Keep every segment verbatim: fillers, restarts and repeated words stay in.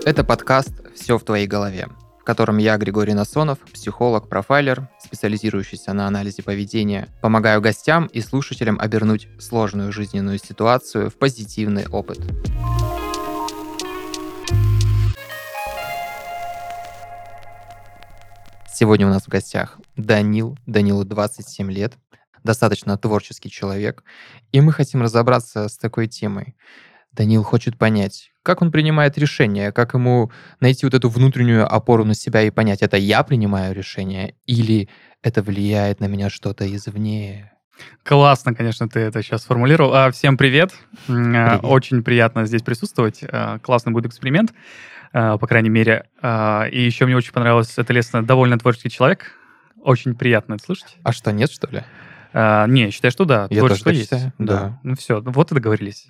Это подкаст «Все в твоей голове», в котором я, Григорий Насонов, психолог, профайлер, специализирующийся на анализе поведения, помогаю гостям и слушателям обернуть сложную жизненную ситуацию в позитивный опыт. Сегодня у нас в гостях Данил. Данилу двадцать семь лет, достаточно творческий человек, и мы хотим разобраться с такой темой. Данил хочет понять, как он принимает решения, как ему найти вот эту внутреннюю опору на себя и понять, это я принимаю решение или это влияет на меня что-то извне. Классно, конечно, ты это сейчас сформулировал. А, Всем привет. Привет. Очень приятно здесь присутствовать. А, Классный будет эксперимент, а, по крайней мере. А, И еще мне очень понравилось, это лестно, довольно творческий человек. Очень приятно это слышать. А что, нет, что ли? А, Не, считаю, что да. Я Творчество тоже так есть. считаю, да. Ну все, вот и договорились.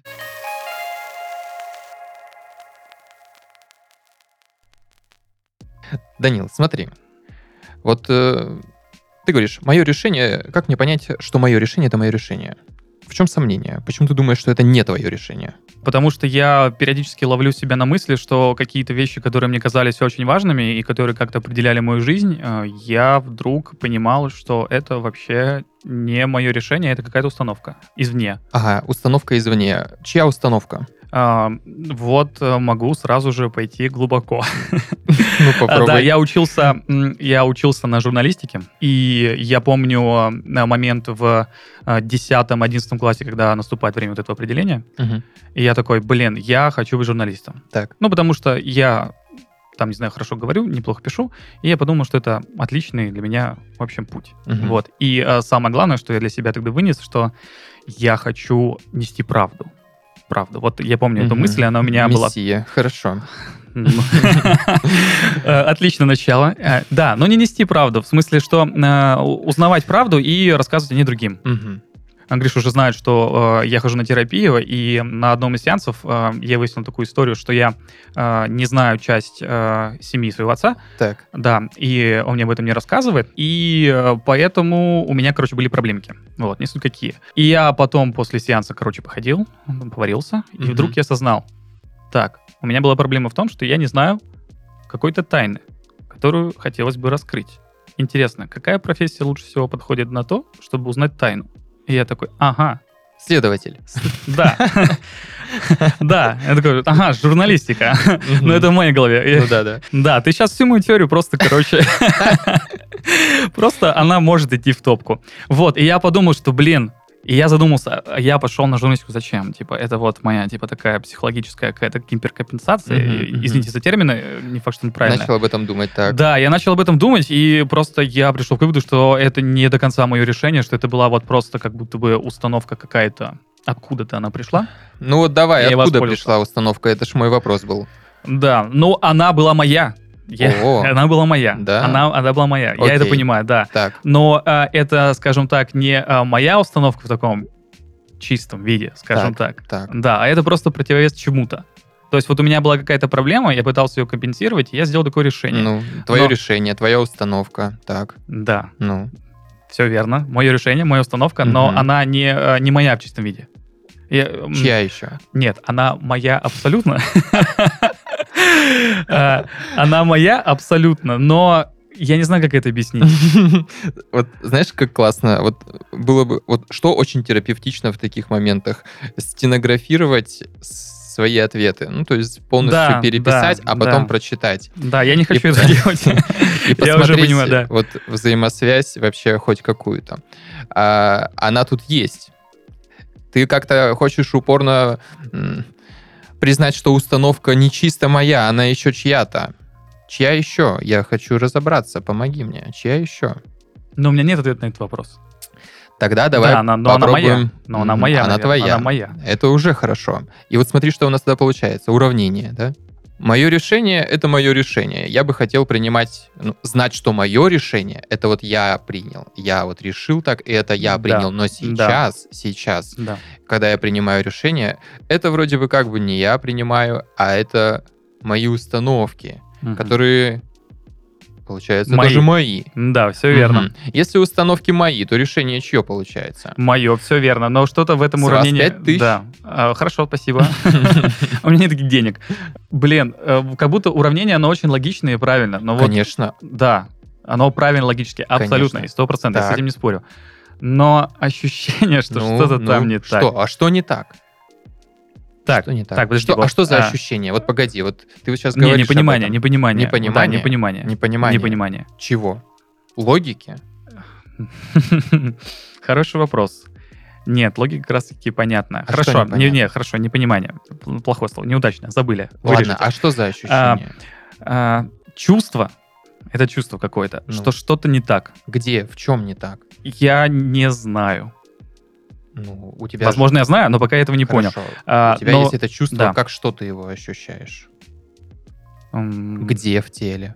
Данил, смотри, вот э, ты говоришь, мое решение, как мне понять, что мое решение — это мое решение? В чем сомнение? Почему ты думаешь, что это не твое решение? Потому что я периодически ловлю себя на мысли, что какие-то вещи, которые мне казались очень важными и которые как-то определяли мою жизнь, э, я вдруг понимал, что это вообще не мое решение, это какая-то установка извне. Ага, установка извне. Чья установка? А, Вот э, могу сразу же пойти глубоко. Ну, А, Да, попробуй. я учился, м, я учился на журналистике, и я помню э, момент в десятом-одиннадцатом классе, когда наступает время вот этого определения, Мгм. и я такой, блин, я хочу быть журналистом. Так. Ну, потому что я там, не знаю, хорошо говорю, неплохо пишу, и я подумал, что это отличный для меня, в общем, путь. Мгм. Вот. И э, самое главное, что я для себя тогда вынес, что я хочу нести правду. Правду. Вот я помню эту Мгм. мысль, она у меня была... Мессия. Хорошо. Ну, э, Отличное начало. Э, Да, но не нести правду, в смысле, что э, у- узнавать правду и рассказывать о ней другим. Мгм. А Гриша уже знает, что э, я хожу на терапию, и на одном из сеансов э, я выяснил такую историю, что я э, не знаю часть э, семьи своего отца, Так. да, и он мне об этом не рассказывает, и э, поэтому у меня, короче, были проблемки, вот, не суть какие. И я потом после сеанса, короче, походил, поварился, и Мгм. вдруг я осознал, так, у меня была проблема в том, что я не знаю какой-то тайны, которую хотелось бы раскрыть. Интересно, какая профессия лучше всего подходит на то, чтобы узнать тайну? И я такой, ага, Следователь. да, да, я такой, ага, журналистика, Мгм. ну это в моей голове. Ну да, да. Да, ты сейчас всю мою теорию просто, короче, просто она может идти в топку. Вот, и я подумал, что, блин, и я задумался, а я пошел на журналистику зачем? Типа, это вот моя, типа, такая психологическая какая-то гиперкомпенсация. Мгм, И- мгм. Извините за термины, не факт, что он правильно. Начал об этом думать так. Да, я начал об этом думать, и просто я пришел к выводу, что это не до конца мое решение, что это была вот просто как будто бы установка какая-то. Откуда-то она пришла. Ну вот давай, Я и откуда воспользовался. пришла установка? Это ж мой вопрос был. Да, но она была моя. Я- О. она была моя. Да? Она, она была моя. Я это Окей. понимаю, да. Так. Но а, это, скажем так, не а, моя установка в таком чистом виде, скажем так. Так. Да, а это просто противовес чему-то. То есть вот у меня была какая-то проблема, я пытался ее компенсировать, и я сделал такое решение. Ну, твое Но- решение, твоя установка. Так. Да, Ну. все верно. Мое решение, моя установка, но Мгм. она не, э, не моя в чистом виде. Я, м, Чья еще? Нет, она моя абсолютно. Э, Она моя абсолютно, но я не знаю, как это объяснить. Вот знаешь, как классно? Вот было бы... Вот что очень терапевтично в таких моментах? Стенографировать свои ответы. Ну, то есть полностью Да, переписать, да, а потом да. прочитать. Да, я не хочу И- это делать. И Я уже посмотреть понимаю, да. вот взаимосвязь вообще хоть какую-то. А, она тут есть. Ты как-то хочешь упорно м, признать, что установка не чисто моя, она еще чья-то. Чья еще? Я хочу разобраться, помоги мне. Чья еще? Но у меня нет ответа на этот вопрос. Тогда давай Да, она- но она попробуем. моя. Но она Мгм, моя, Она наверное. твоя. Она моя. Это уже хорошо. И вот смотри, что у нас тогда получается. Уравнение, да? Мое решение — это мое решение. Я бы хотел принимать, ну, знать, что мое решение — это вот я принял. Я вот решил так, и это я Да, принял. Но да. сейчас, сейчас, Да. когда я принимаю решение, это вроде бы как бы не я принимаю, а это мои установки, Мгм. которые Получается, Мои. тоже мои. Да, все верно. Мгм. Если установки мои, то решение чье получается? Мое, все верно. Но что-то в этом С вас уравнении... пять тысяч? Да. А, Хорошо, спасибо. У меня нет таких денег. Блин, э, как будто уравнение, оно очень логичное и правильно. Но вот, Конечно. да, оно правильно логически, абсолютно, Конечно. и сто процентов, я с Так. этим не спорю. Но ощущение, что Ну, что-то ну, там не так. Что? А что не так? Так, Что не так? так, подожди, Что- а Вов. что за А, ощущение? Вот погоди, вот ты вот сейчас Не, говоришь об непонимание, этом. непонимание. Непонимание? Да, непонимание. Непонимание. Непонимание. Чего? Логики? Хороший вопрос. Нет, логика как раз-таки понятна. А что Хорошо, не, непонятно? не, хорошо, непонимание. П- Плохое слово, неудачно, забыли. Ладно, Вырежете. а что за ощущение? А, чувство, это чувство какое-то, Ну. что что-то не так. Где? В чем не так? Я не знаю. Ну, у тебя Возможно, я знаю, но пока я этого не же... понял. Хорошо. А, у тебя но- есть это чувство, да. как что ты его ощущаешь? М, Где в теле?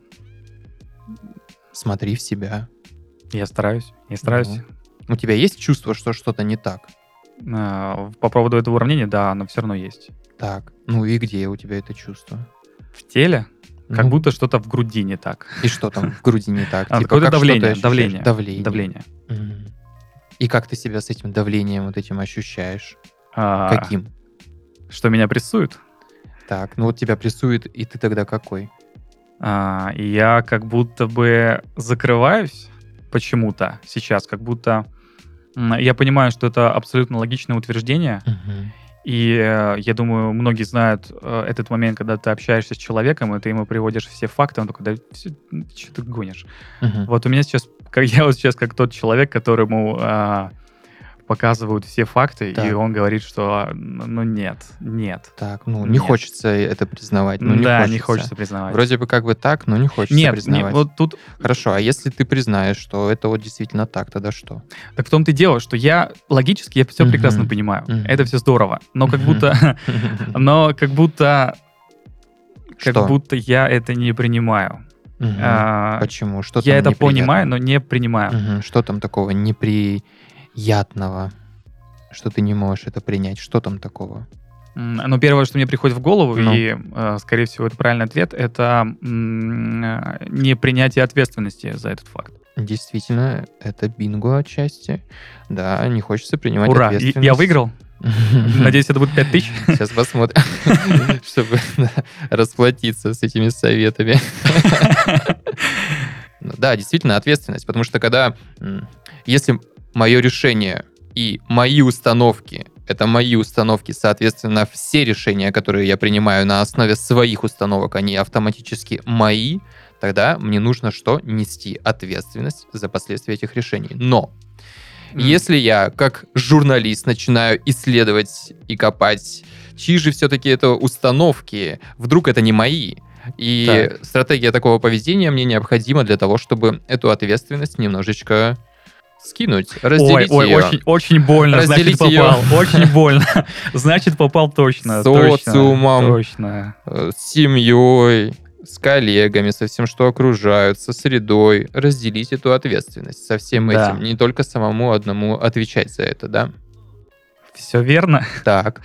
Смотри в себя. Я стараюсь, я стараюсь. Ну. У тебя есть чувство, что что-то не так? А, по поводу этого уравнения, да, оно все равно есть. Так. Ну и где у тебя это чувство? В теле как Ну, будто что-то в груди не так. И что там в груди не так? А, Типа, какое-то как что ты давление, ощущаешь? давление, Давление. давление. Мгм. И как ты себя с этим давлением вот этим ощущаешь? А, Каким? Что меня прессует? Так, ну вот тебя прессует, и ты тогда какой? А, и я как будто бы закрываюсь почему-то сейчас, как будто м, я понимаю, что это абсолютно логичное утверждение, Мгм. и э, я думаю, многие знают э, этот момент, когда ты общаешься с человеком, и ты ему приводишь все факты, он такой, да что ты гонишь? Мгм. Вот у меня сейчас, как я вот сейчас как тот человек, которому а, показывают все факты, и Так. он говорит, что ну нет, нет. Так, ну не Нет. хочется это признавать. Ну, не да, хочется. не хочется признавать. Вроде бы как бы так, но не хочется нет, не, признавать. вот тут Хорошо, а если ты признаешь, что это вот действительно так, тогда что? так в том-то и дело, что я логически я все Мгм. прекрасно понимаю. Мгм. Это все здорово. Но как Мгм. будто, но как будто, как Что? будто я это не принимаю. Мгм. А, Почему? Что я там это понимаю, неприятного? но не принимаю. Мгм. Что там такого неприятного, что ты не можешь это принять? Что там такого? М, Ну, первое, что мне приходит в голову, Ну. и, э, скорее всего, это правильный ответ, это м, э, непринятие ответственности за этот факт. Действительно, это бинго отчасти. Да, не хочется принимать Ура! И- ответственность. Я выиграл. Надеюсь, это будет пять тысяч. Сейчас посмотрим, чтобы да, расплатиться с этими советами. Ну Да, действительно, ответственность. Потому что когда, м, если мое решение и мои установки, это мои установки, соответственно, все решения, которые я принимаю на основе своих установок, они автоматически мои, тогда мне нужно что? Нести ответственность за последствия этих решений. Но М. если я, как журналист, начинаю исследовать и копать, чьи же все-таки это установки, вдруг это не мои, и Так. стратегия такого поведения мне необходима для того, чтобы эту ответственность немножечко скинуть, Ой, разделить ой, ее очень, очень больно, значит, Разделить её. попал. Очень больно. Значит, попал точно. точно, Социумом. Точно. э, с семьей, с коллегами, со всем, что окружают, со средой, разделить эту ответственность со всем Да. этим, не только самому одному отвечать за это, да? Все верно. Так.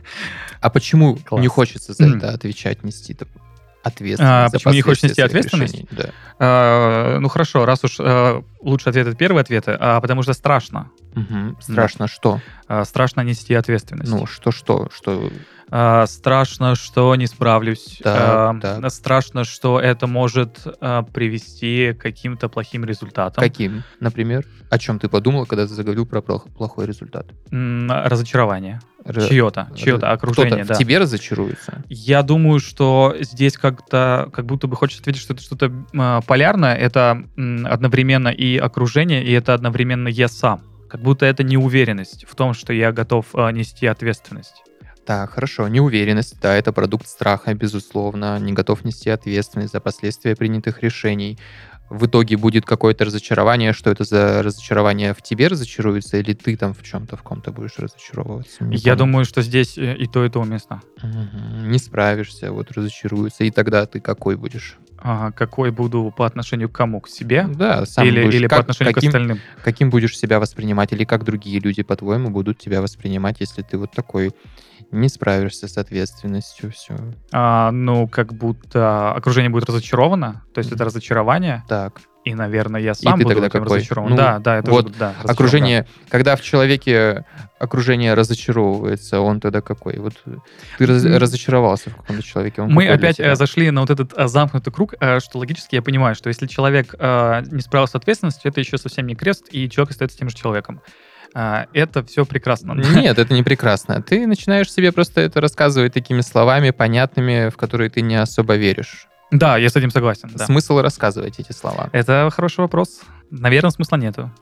А почему Класс. не хочется за М. это отвечать, нести т- ответственность? А, за почему не хочешь последствия нести своих ответственность? решений? Да. А, Ну хорошо, раз уж а, лучший ответ это первый ответ, а потому что страшно. Мгм. Страшно что? А, Страшно нести ответственность. Ну, что-что? Что? А, Страшно, что не справлюсь. Так, А, так. Страшно, что это может а, привести к каким-то плохим результатам. Каким, например? О чем ты подумал, когда ты заговорил про плох- плохой результат? М, Разочарование. Р- Чье-то, р- чье-то окружение, Кто-то да. в тебе разочаруется? Я думаю, что здесь как-то, как будто бы хочется ответить, что это что-то а, полярное. Это м, одновременно и окружение, и это одновременно я сам. Как будто это неуверенность в том, что я готов а, нести ответственность. Так, хорошо. Неуверенность, да, это продукт страха, безусловно. Не готов нести ответственность за последствия принятых решений. В итоге будет какое-то разочарование. Что это за разочарование? В тебе разочаруется или ты там в чем-то, в ком-то будешь разочаровываться? Не Я понял. думаю, что здесь э, и то, и то уместно. Мгм. Не справишься, вот разочаруется. И тогда ты какой будешь? а, какой буду по отношению к кому? К себе? Да, сам Или, будешь, или по как, отношению каким, к остальным? каким будешь себя воспринимать, или как другие люди, по-твоему, будут тебя воспринимать, если ты вот такой не справишься с ответственностью, все. А, ну, как будто окружение будет разочаровано, то есть это разочарование, Так. и, наверное, я И сам ты буду тогда этим какой? разочарован. Ну, Да, да, я тоже вот буду, да, разочарован, да. окружение, когда в человеке окружение разочаровывается, он тогда какой? Вот ты раз- М, разочаровался в каком-то человеке, он Мы какой для опять э, тебя? зашли на вот этот э, замкнутый круг, э, что логически я понимаю, что если человек э, не справился с ответственностью, это еще совсем не крест, и человек остается тем же человеком. А, Это все прекрасно. Нет, это не прекрасно. Ты начинаешь себе просто это рассказывать такими словами, понятными, в которые ты не особо веришь. Да, я с этим согласен, да. Смысл рассказывать эти слова? Это хороший вопрос. Наверное, смысла нету.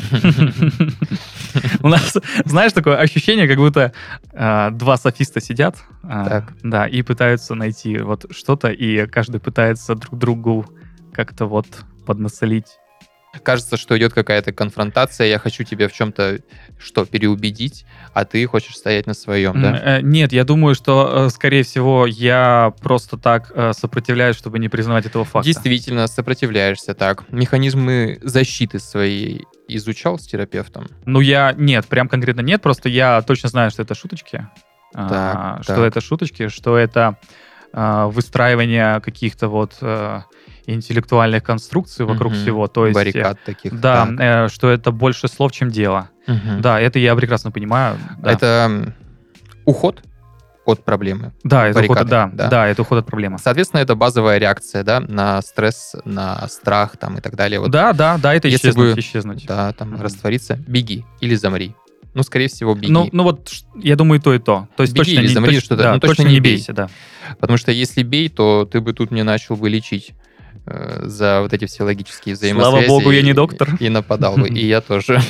У нас, знаешь, такое ощущение, как будто а, два софиста сидят, а, Так. да, и пытаются найти вот что-то, и каждый пытается друг другу как-то вот поднасолить. Кажется, что идет какая-то конфронтация, я хочу тебя в чем-то что, переубедить, а ты хочешь стоять на своем, М, да? э, Нет, я думаю, что, э, скорее всего, я просто так э, сопротивляюсь, чтобы не признавать этого факта. Действительно, сопротивляешься так. Механизмы защиты своей изучал с терапевтом? Ну, я... Нет, прям конкретно нет, просто я точно знаю, что это шуточки. а, Так, Что так. это шуточки, что это а, выстраивание каких-то вот э, интеллектуальных конструкций вокруг Мгм. всего. То есть, э, Баррикад таких. да, Так. э, что это больше слов, чем дело. Мгм. Да, это я прекрасно понимаю. Да, Это м, уход от проблемы. да, это уход, баррикады, да, да. да, это уход от проблемы. Соответственно, это базовая реакция, да, на стресс, на страх там и так далее. Вот Да, да, да, это если исчезнуть, бы- исчезнуть. да, там Мгм. раствориться, беги или замри. Ну, скорее всего, беги. Ну, ну вот, ш- я думаю, и то, и то. То есть Беги точно или не, замри, точ- что-то, да, ну, точно точно не не бей. бейся, да. Потому что если бей, то ты бы тут мне начал бы лечить э, за вот эти все логические Слава взаимосвязи. богу, я не и- доктор. И нападал бы. И я тоже.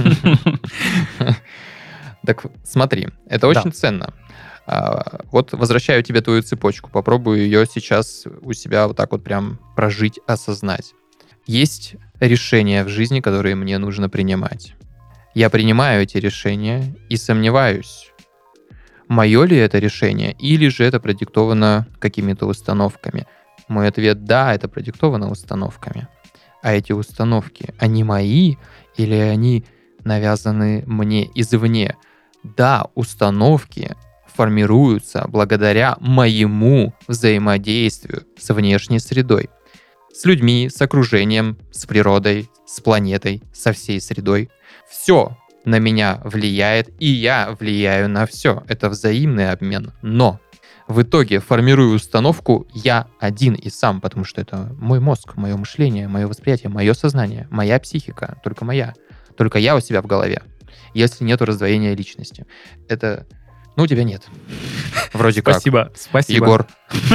Так смотри, это Да. очень ценно. А, Вот возвращаю тебе твою цепочку. Попробую ее сейчас у себя вот так вот прям прожить, осознать. Есть решения в жизни, которые мне нужно принимать. Я принимаю эти решения и сомневаюсь, мое ли это решение, или же это продиктовано какими-то установками. Мой ответ — да, это продиктовано установками. А эти установки, они мои или они навязаны мне извне? Да, установки формируются благодаря моему взаимодействию с внешней средой. С людьми, с окружением, с природой, с планетой, со всей средой. Все на меня влияет, и я влияю на все. Это взаимный обмен. Но в итоге формирую установку я один и сам, потому что это мой мозг, мое мышление, мое восприятие, мое сознание, моя психика, только моя. Только я у себя в голове. Если нету раздвоения личности. Это... Ну, у тебя нет. Вроде как. Спасибо, спасибо. Егор.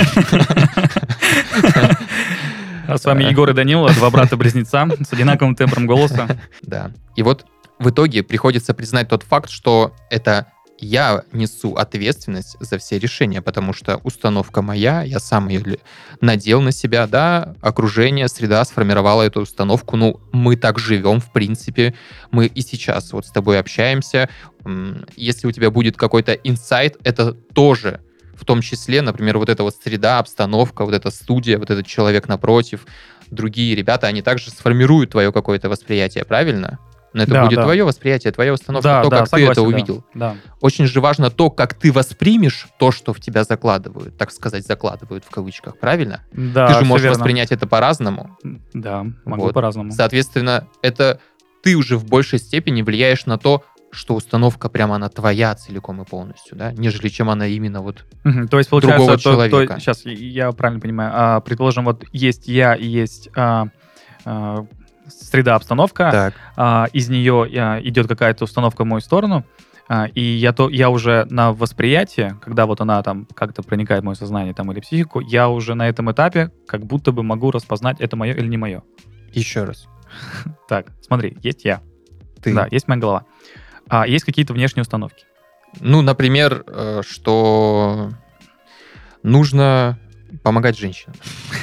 А с вами Егор и Данила, два брата-близнеца с одинаковым тембром голоса. Да. И вот в итоге приходится признать тот факт, что это я несу ответственность за все решения, потому что установка моя, я сам ее надел на себя, да, окружение, среда сформировала эту установку, ну, мы так живем, в принципе, мы и сейчас вот с тобой общаемся, М, если у тебя будет какой-то инсайт, это тоже в том числе, например, вот эта вот среда, обстановка, вот эта студия, вот этот человек напротив, другие ребята, они также сформируют твое какое-то восприятие, правильно? Но это Да, будет да. твое восприятие, твоя установка, Да, то, да, как ты согласен, это да. увидел. Да. Очень же важно то, как ты воспримешь то, что в тебя закладывают, так сказать, закладывают в кавычках, правильно? Да, ты же всё можешь верно. воспринять это по-разному. Да, могу Вот. по-разному. Соответственно, это ты уже в большей степени влияешь на то, что установка прямо она твоя целиком и полностью, да, нежели чем она именно вот... Мгм, То есть, получается, другого то- то- человека. сейчас я правильно понимаю, а, предположим, вот есть я и есть а, а, среда, обстановка, Так, а, из нее а, идет какая-то установка в мою сторону, а, и я, то, я уже на восприятие, когда вот она там как-то проникает в мое сознание там, или психику, я уже на этом этапе как будто бы могу распознать, это мое или не мое. еще раз. Так, смотри, есть я, Ты. да, есть моя голова, а есть какие-то внешние установки. Ну, например, э, что нужно помогать женщинам.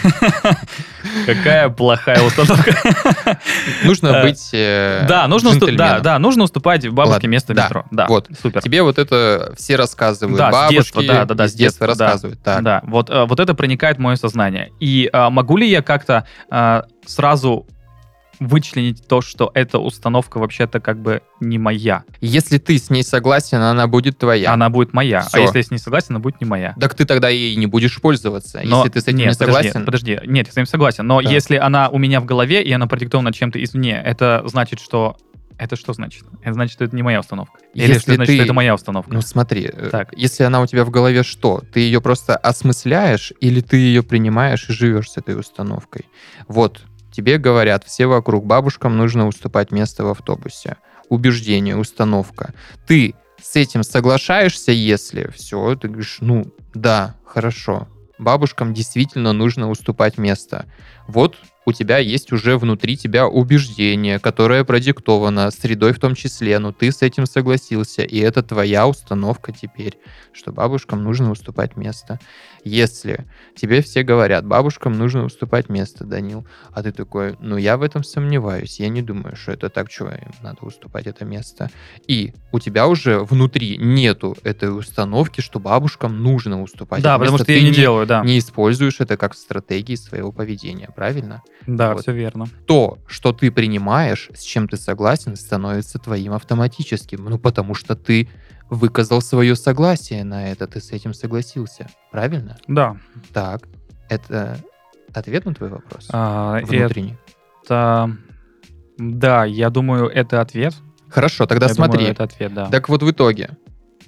Какая плохая установка. Нужно быть э, Да, нужно уступ- да, джентльменом. да, нужно уступать бабушке Ладно, место в да, метро. Да, вот. супер. Тебе вот это все рассказывают, Да, с бабушки детства, да, да, да, из с детства детства, да. рассказывают. Так. Да, вот, э, вот это проникает в мое сознание. И э, могу ли я как-то э, сразу вычленить то, что эта установка вообще-то как бы не моя? Если ты с ней согласен, она будет твоя. Она будет моя. Всё. А если я с ней согласен, она будет не моя. Так ты тогда ей не будешь пользоваться. Но- Если ты с этим нет, не подожди, согласен, Подожди, нет, я с этим согласен. Но Так. если она у меня в голове, и она продиктована чем-то извне, это значит, что... Это что значит? Это значит, что это не моя установка. Или Если что значит, ты- что это моя установка? ну смотри, э, Так. если она у тебя в голове что? Ты ее просто осмысляешь или ты ее принимаешь и живешь с этой установкой? Вот, тебе говорят все вокруг, бабушкам нужно уступать место в автобусе. Убеждение, установка. Ты с этим соглашаешься, если все, ты говоришь, ну да, хорошо, бабушкам действительно нужно уступать место. Вот у тебя есть уже внутри тебя убеждение, которое продиктовано средой в том числе, но ты с этим согласился, и это твоя установка теперь, что бабушкам нужно уступать место. Если тебе все говорят, бабушкам нужно уступать место, Данил, а ты такой, ну я в этом сомневаюсь, я не думаю, что это так, что им надо уступать это место. И у тебя уже внутри нету этой установки, что бабушкам нужно уступать Да, это потому место. что я Ты не делаю, да. не используешь это как стратегии своего поведения, правильно? Да, Вот. все верно. То, что ты принимаешь, с чем ты согласен, становится твоим автоматическим. Ну, потому что ты выказал свое согласие на это, ты с этим согласился. Правильно? Да. Так, это ответ на твой вопрос? А, Внутренний. это... Да, я думаю, это ответ. Хорошо, тогда Я смотри. думаю, это ответ, да. Так вот в итоге,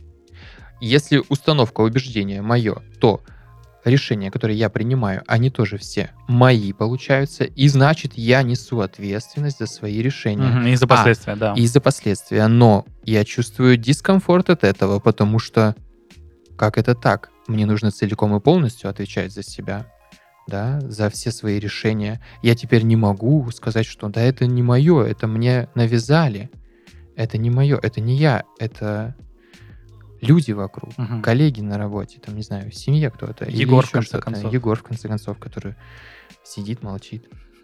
если установка убеждения мое, то решения, которые я принимаю, они тоже все мои получаются, и значит, я несу ответственность за свои решения. Мгм, и за А, последствия, да. И за последствия. Но я чувствую дискомфорт от этого, потому что как это так? Мне нужно целиком и полностью отвечать за себя, да, за все свои решения. Я теперь не могу сказать, что да, это не мое, это мне навязали. Это не мое, это не я, это люди вокруг, Мгм. коллеги на работе, там, не знаю, семья кто-то. или Егор, в еще конце что-то. концов. Егор, в конце концов, который сидит, молчит.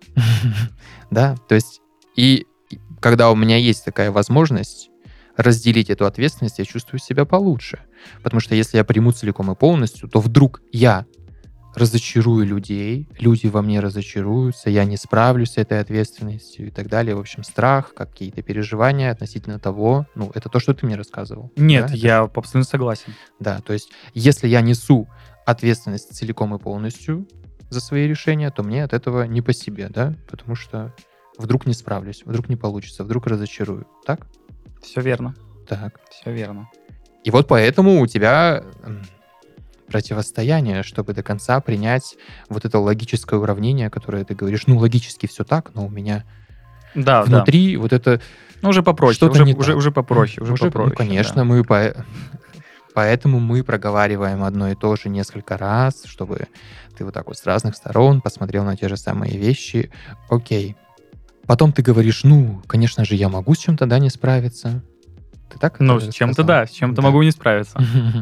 Да, то есть, и и когда у меня есть такая возможность разделить эту ответственность, я чувствую себя получше. Потому что если я приму целиком и полностью, то вдруг я разочарую людей, люди во мне разочаруются, я не справлюсь с этой ответственностью и так далее. В общем, страх, какие-то переживания относительно того, ну, это то, что ты мне рассказывал. Нет, да, это я абсолютно согласен. да, то есть, если я несу ответственность целиком и полностью за свои решения, то мне от этого не по себе, да, потому что вдруг не справлюсь, вдруг не получится, вдруг разочарую. Так? Все верно. Так. Все верно. И вот поэтому у тебя м, противостояние, чтобы до конца принять вот это логическое уравнение, которое ты говоришь, ну, логически все так, но у меня Да, да. внутри вот это Ну, уже попроще. что-то Уже, не уже, так. уже попроще. Уже, ну, попроще, конечно, да. мы по... поэтому мы проговариваем одно и то же несколько раз, чтобы ты вот так вот с разных сторон посмотрел на те же самые вещи. Окей. Потом ты говоришь, ну, конечно же, я могу с чем-то, да, не справиться. Ты так Ну, это с чем-то сказал? да, с чем-то Да. могу не справиться.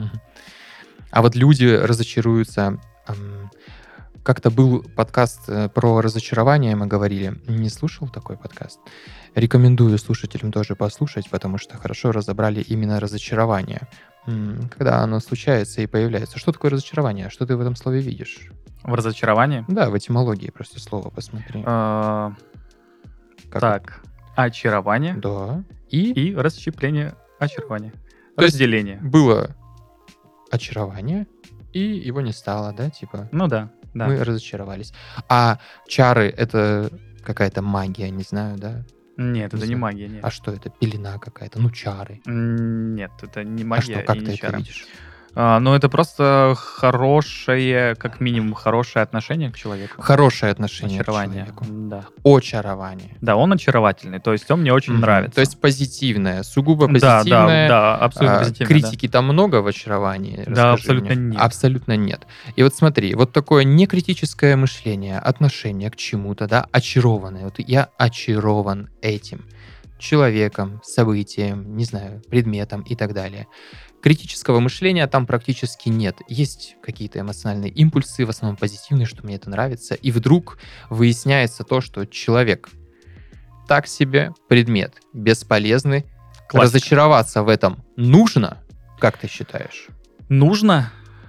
А вот люди разочаруются. Ам, Как-то был подкаст э, про разочарование, мы говорили. Не слушал такой подкаст? Рекомендую слушателям тоже послушать, потому что хорошо разобрали именно разочарование. М, Когда оно случается и появляется. Что такое разочарование? Что ты в этом слове видишь? В разочаровании. Да, в этимологии просто слово посмотри. А, Как Так, очарование это? Да. И и расщепление очарования. То есть Разделение. было очарование, и его не стало, да, типа Ну да, да. мы разочаровались. А чары — это какая-то магия, не знаю, да? Нет, Не это не знаю. магия, нет. А что это? Пелена какая-то? Ну, чары. М, Нет, это не А магия что, как и ты не это чары. видишь? А, ну, это просто хорошее, как минимум, хорошее отношение к человеку. Хорошее отношение Очарование. к человеку. Да. Очарование. Да, он очаровательный, то есть он мне очень Мгм. нравится. То есть позитивное, сугубо да, да, позитивное. да, абсолютно А, позитивно. критики там много в очаровании? Да, Расскажи абсолютно мне. нет. Абсолютно нет. И вот смотри, вот такое некритическое мышление, отношение к чему-то, да, очарованное. Вот я очарован этим человеком, событием, не знаю, предметом и так далее. Критического мышления там практически нет. Есть какие-то эмоциональные импульсы, в основном позитивные, что мне это нравится. И вдруг выясняется то, что человек так себе предмет, бесполезный. Классика. Разочароваться в этом нужно, как ты считаешь? Нужно?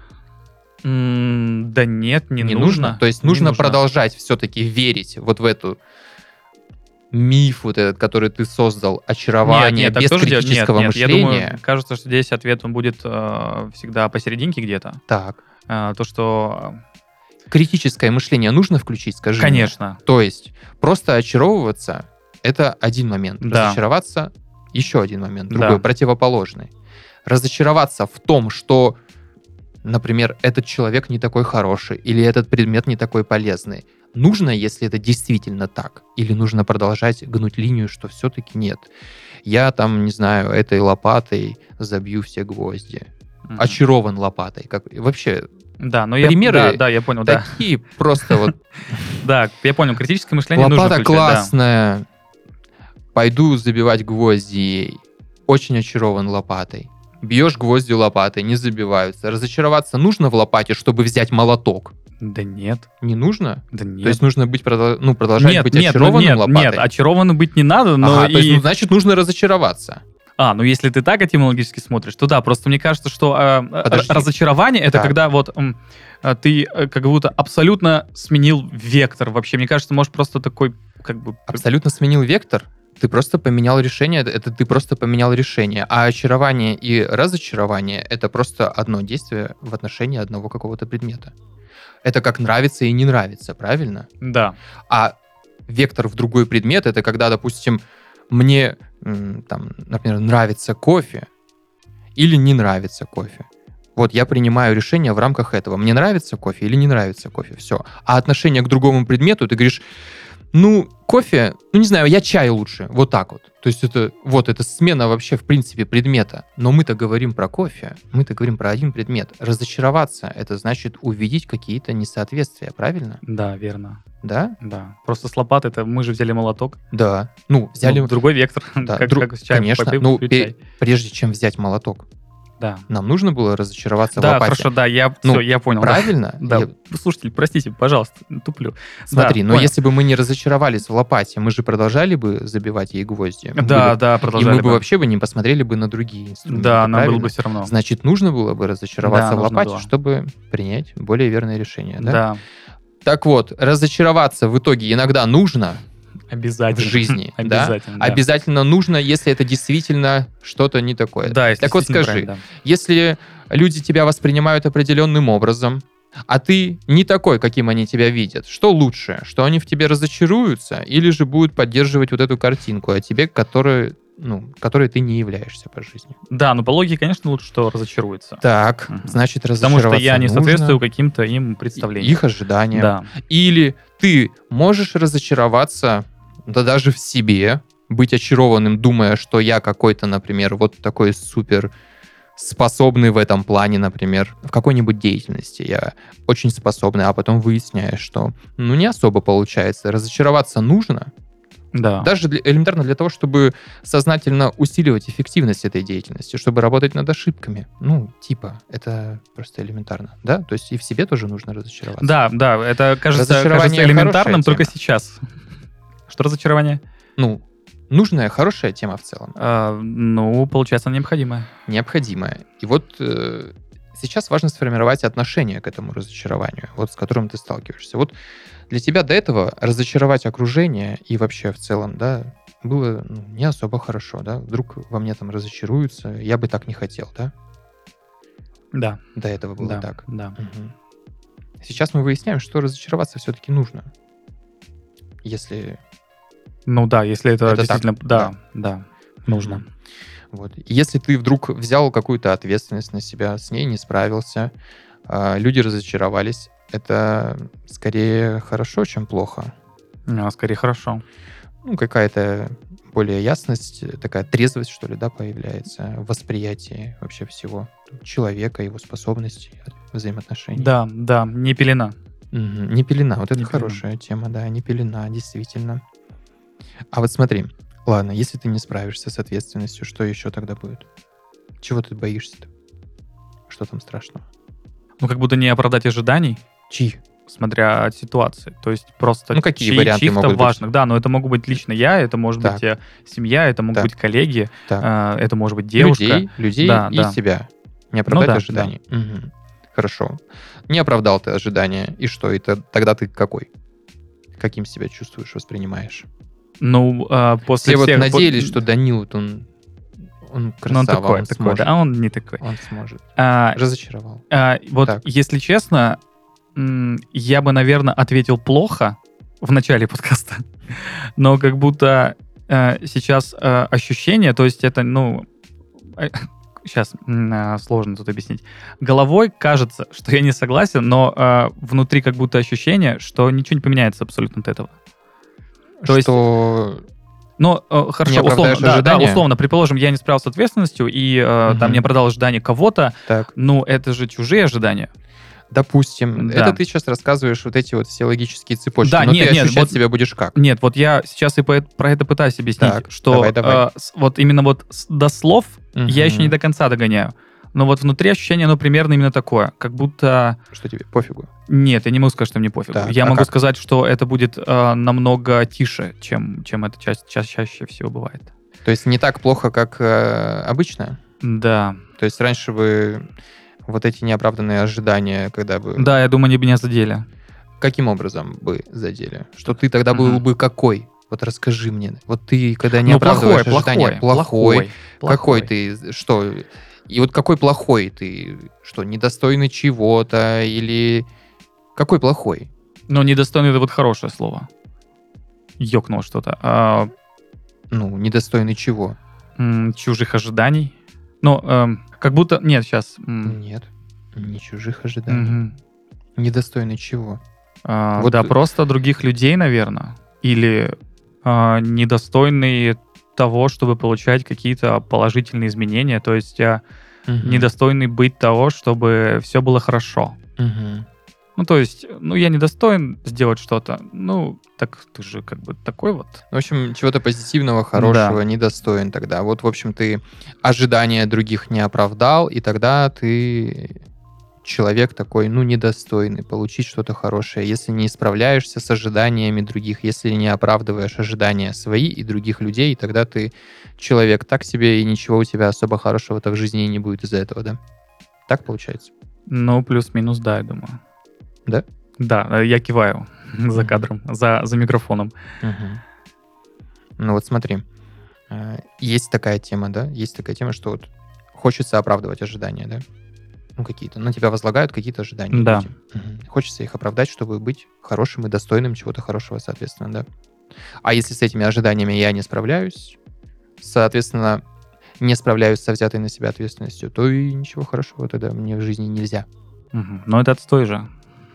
М, да нет, не, Не нужно. нужно? То есть Не нужно, нужно. продолжать все-таки верить вот в эту миф вот этот, который ты создал, очарование Нет, нет, без так тоже делать- критического нет, нет, я мышления. думаю, кажется, что здесь ответ он будет э, всегда посерединке где-то. Так. Э, то, что, Критическое мышление нужно включить, скажи мне? конечно, То есть просто очаровываться — это один момент. Да. Разочароваться — еще один момент, Да. другой, противоположный. Разочароваться в том, что, например, этот человек не такой хороший или этот предмет не такой полезный. Нужно, если это действительно так? Или нужно продолжать гнуть линию, что все-таки нет? Я там, не знаю, этой лопатой забью все гвозди. Мгм. Очарован лопатой. Как... Вообще, Да, но я, примеры да, да, я понял, да. такие просто вот... Да, я понял, критическое мышление нужно Лопата включать, да. классная. Пойду забивать гвозди ей. Очень очарован лопатой. Бьешь гвозди лопатой, не забиваются. Разочароваться нужно в лопате, чтобы взять молоток? Да нет, Не нужно? да нет. То есть нужно быть, продол- ну, продолжать нет, быть нет, ну очарованным нет, лопатой? нет, очарованным быть не надо, но Ага, и... то есть, ну, значит, нужно разочароваться. А, ну если ты так этимологически смотришь, то да, просто мне кажется, что э, э, Подожди. разочарование это Так. когда вот м, э, ты э, как будто абсолютно сменил вектор вообще. Мне кажется, может просто такой как бы... Абсолютно сменил вектор. Ты просто поменял решение, это ты просто поменял решение. А очарование и разочарование — это просто одно действие в отношении одного какого-то предмета. Это как нравится и не нравится, правильно? Да, А вектор в другой предмет — это когда, допустим, мне, м, там, например, нравится кофе или не нравится кофе. Вот я принимаю решение в рамках этого. Мне нравится кофе или не нравится кофе. Все. А отношение к другому предмету, ты говоришь, ну, кофе, ну, не знаю, я чай лучше. Вот так вот. То есть это, вот, это смена вообще, в принципе, предмета. Но мы-то говорим про кофе, мы-то говорим про один предмет. Разочароваться — это значит увидеть какие-то несоответствия, правильно? да, верно. Да? Да. Просто с лопаты это мы же взяли молоток. Да. Ну, взяли... Ну, другой вектор. Да, как, дру- как с чаем. Конечно. попей, Ну, попей пе- чай. прежде чем взять молоток, Да. нам нужно было разочароваться в Да, лопате. хорошо, да, я, Ну, все, я понял. да. Правильно? Да, Я- слушатель, простите, пожалуйста, туплю. Смотри, Да, но понял. если бы мы не разочаровались в лопате, мы же продолжали бы забивать ей гвозди. Мы Да, были- да, И продолжали мы бы бы. вообще бы не посмотрели бы на другие инструменты. Да, нам было правильно? бы все равно. Значит, нужно было бы разочароваться Да, в нужно лопате, было. чтобы принять более верное решение. Да? Да, Так вот, разочароваться в итоге иногда нужно в обязательно. жизни. да? Обязательно, да. Обязательно нужно, если это действительно что-то не такое. Да, если Так вот действительно скажи, правильно, если люди тебя воспринимают определенным образом, а ты не такой, каким они тебя видят, что лучше? Что они в тебе разочаруются или же будут поддерживать вот эту картинку о тебе, которой, ну, которой ты не являешься по жизни? да. Да, но по логике, конечно, лучше, что разочаруется. Так, Мгм. значит, Потому разочароваться что я не нужно, соответствую каким-то им представлениям. их ожиданиям. Да. Или ты можешь разочароваться, да даже в себе, быть очарованным, думая, что я какой-то, например, вот такой супер способный в этом плане, например, в какой-нибудь деятельности. Я очень способный, а потом выясняешь, что ну не особо получается. Разочароваться нужно, Да. даже для- элементарно для того, чтобы сознательно усиливать эффективность этой деятельности, чтобы работать над ошибками. Ну, типа, это просто элементарно, да? То есть и в себе тоже нужно разочароваться. Да, да, это кажется, Разочарование кажется элементарным хорошая только тема. сейчас. Что разочарование? Ну, нужная, хорошая тема в целом, А, ну, получается, она необходимая. необходимая. И вот э, сейчас важно сформировать отношение к этому разочарованию, вот с которым ты сталкиваешься. Вот для тебя до этого разочаровать окружение и вообще в целом, да, было ну, не особо хорошо, да? Вдруг во мне там разочаруются, я бы так не хотел, да? Да, До этого было да, так. да. Мгм. Сейчас мы выясняем, что разочароваться все-таки нужно. Если Ну да, если это, Это так, действительно... Да, да, нужно. Мгм. Вот. И если ты вдруг взял какую-то ответственность на себя, с ней не справился, а, люди разочаровались, это скорее хорошо, чем плохо. А, скорее хорошо. Ну, какая-то более ясность, такая трезвость, что ли, да, появляется в восприятии вообще всего человека, его способностей, взаимоотношений. Да, да, не пелена. Мгм. Не пелена. Вот это Не пелена. хорошая тема, да, не пелена, действительно. А вот смотри, ладно, если ты не справишься с ответственностью, что еще тогда будет? Чего ты боишься-то? Что там страшного? Ну, как будто не оправдать ожиданий, Чьи? смотря от ситуации. То есть просто Ну, какие чьи- варианты чьих-то могут быть? важных. Да, но это могут быть лично я, это может Так. быть э, семья, это могут Так. быть коллеги, Так. э, это может быть девушка. Людей, людей Да, и да. себя. Не оправдать да, ожиданий. Мгм. Хорошо. Не оправдал ты ожидания. И что? И то- тогда ты какой? Каким себя чувствуешь, воспринимаешь? Ну, э, после Все вот всех... надеялись, по- что Данил, вот он, он Ну, красава, он такой, он такой, сможет. да, а он не такой. Он сможет. А, Разочаровал. а, вот, Так. если честно, м, я бы, наверное, ответил плохо в начале подкаста, но как будто э, сейчас э, ощущение, то есть это, ну, сейчас сложно тут объяснить. Головой кажется, что я не согласен, но э, внутри как будто ощущение, что ничего не поменяется абсолютно от этого. То есть- Что Ну, э, хорошо, оправдаешь условно, да, да, ожидания? условно, предположим, я не справился с ответственностью и э, Мгм. там не оправдал ожидания кого-то, так, ну, это же чужие ожидания. допустим, Да. это ты сейчас рассказываешь вот эти вот все логические цепочки, Да, но нет, ты нет, ощущать вот- себя будешь как? Нет, вот я сейчас и по- про это пытаюсь объяснить, Так, что давай, давай. э, с- вот именно вот с- до слов я еще не Мгм. до конца догоняю. Но вот внутри ощущение, оно примерно именно такое. Как будто... Что тебе, пофигу? Нет, я не могу сказать, что мне пофигу. Так, я а могу как? сказать, что это будет э, намного тише, чем, чем это ча- ча- чаще всего бывает. То есть не так плохо, как э, обычно? Да. То есть раньше бы вот эти неоправданные ожидания, когда бы... Да, я думаю, они бы меня задели. Каким образом бы задели? Что ты тогда был Мгм. бы какой? Вот расскажи мне. Вот ты, когда не Ну, оправдываешь плохой, ожидания... плохой, плохой. Какой ты? Что? И вот какой плохой ты? Что, недостойный чего-то? Или какой плохой? Но недостойный — это вот хорошее слово. Ёкнуло что-то. А, Ну, недостойный чего? м, чужих ожиданий. Ну, эм, как будто... Нет, сейчас... Нет. Не чужих ожиданий. Мгм. Недостойный чего? А, Вот- Да, просто других людей, наверное. Или а, недостойный того, чтобы получать какие-то положительные изменения. То есть а, Мгм. недостойный быть того, чтобы все было хорошо. Мгм. Ну, то есть, ну, я недостоин сделать что-то. Ну, так ты же как бы такой вот. В общем, чего-то позитивного, хорошего, недостоин тогда. Вот, в общем, ты ожидания других не оправдал, и тогда ты человек такой, ну, недостойный получить что-то хорошее. Если не справляешься с ожиданиями других, если не оправдываешь ожидания свои и других людей, тогда ты человек так себе, и ничего у тебя особо хорошего так в жизни и не будет из-за этого, да? Так получается? Ну, плюс-минус, да, я думаю. Да? Да, э, я киваю за Мгм. кадром, за, за микрофоном. Мгм. Ну вот смотри, э, есть такая тема, да, есть такая тема, что вот хочется оправдывать ожидания, да, ну какие-то, на тебя возлагают какие-то ожидания. Да. люди. Мгм. Хочется их оправдать, чтобы быть хорошим и достойным чего-то хорошего, соответственно, да. А если с этими ожиданиями я не справляюсь, соответственно, не справляюсь со взятой на себя ответственностью, то и ничего хорошего тогда мне в жизни нельзя. Мгм. Но это отстой же.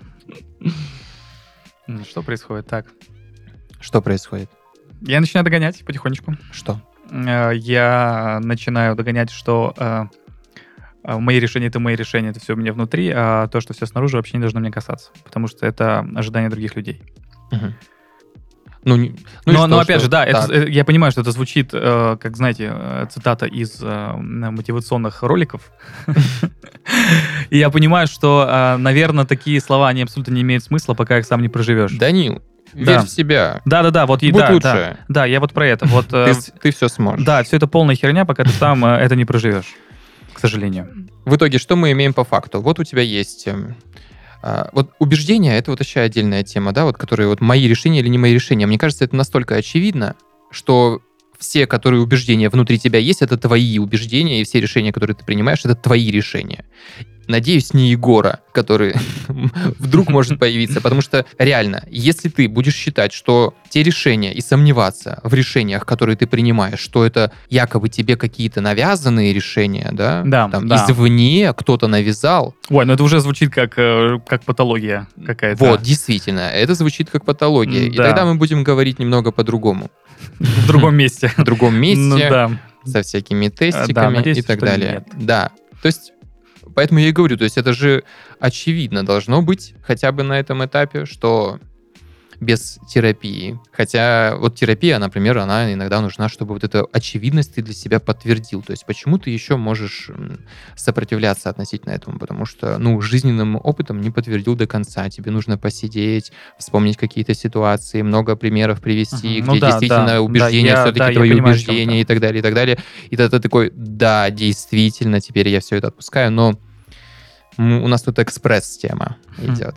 М, Что происходит? Так. Что происходит? Я начинаю догонять потихонечку. Что? Э, Я начинаю догонять, что э, э, мои решения — это мои решения, это все у меня внутри, а то, что все снаружи, вообще не должно меня касаться. Потому что это ожидания других людей. Мгм. Ну, не- ну и но, что, но опять что? же, да, это, Так. э, я понимаю, что это звучит, э, как, знаете, э, цитата из э, мотивационных роликов. И я понимаю, что, наверное, такие слова, они абсолютно не имеют смысла, пока их сам не проживешь. Данил, верь Да. в себя. Да-да-да, вот и Будь да, лучше. да, да, я вот про это. Вот, э, Ты, с- ты все сможешь. да, все это полная херня, пока ты сам э, это не проживешь, к сожалению. В итоге, что мы имеем по факту? Вот у тебя есть... эм, а, вот убеждения — это вот еще отдельная тема, да, вот которые вот мои решения или не мои решения. Мне кажется, это настолько очевидно, что все, которые убеждения внутри тебя есть, это твои убеждения, и все решения, которые ты принимаешь, это твои решения. Надеюсь, не Егора, который вдруг может появиться, потому что реально, если ты будешь считать, что те решения и сомневаться в решениях, которые ты принимаешь, что это якобы тебе какие-то навязанные решения, да, Да, там, да. извне кто-то навязал, Ой, ну это уже звучит как, э, как патология какая-то. вот, действительно, это звучит как патология, и Да. тогда мы будем говорить немного по-другому, В другом месте. в другом месте, Ну да. со всякими тестиками надеюсь, и так что далее. нет. Да, то есть, поэтому я и говорю, то есть это же очевидно должно быть хотя бы на этом этапе, что без терапии. Хотя вот терапия, например, она иногда нужна, чтобы вот эту очевидность ты для себя подтвердил. То есть почему ты еще можешь сопротивляться относительно этому? Потому что, ну, жизненным опытом не подтвердил до конца. Тебе нужно посидеть, вспомнить какие-то ситуации, много примеров привести, Мгм. где Ну да, действительно да, да, убеждения я, все-таки да, я твои понимаю, о чем убеждения ты. и так далее, и так далее. И тогда ты такой, да, действительно, теперь я все это отпускаю, но м, у нас тут экспресс-тема Хм. идет.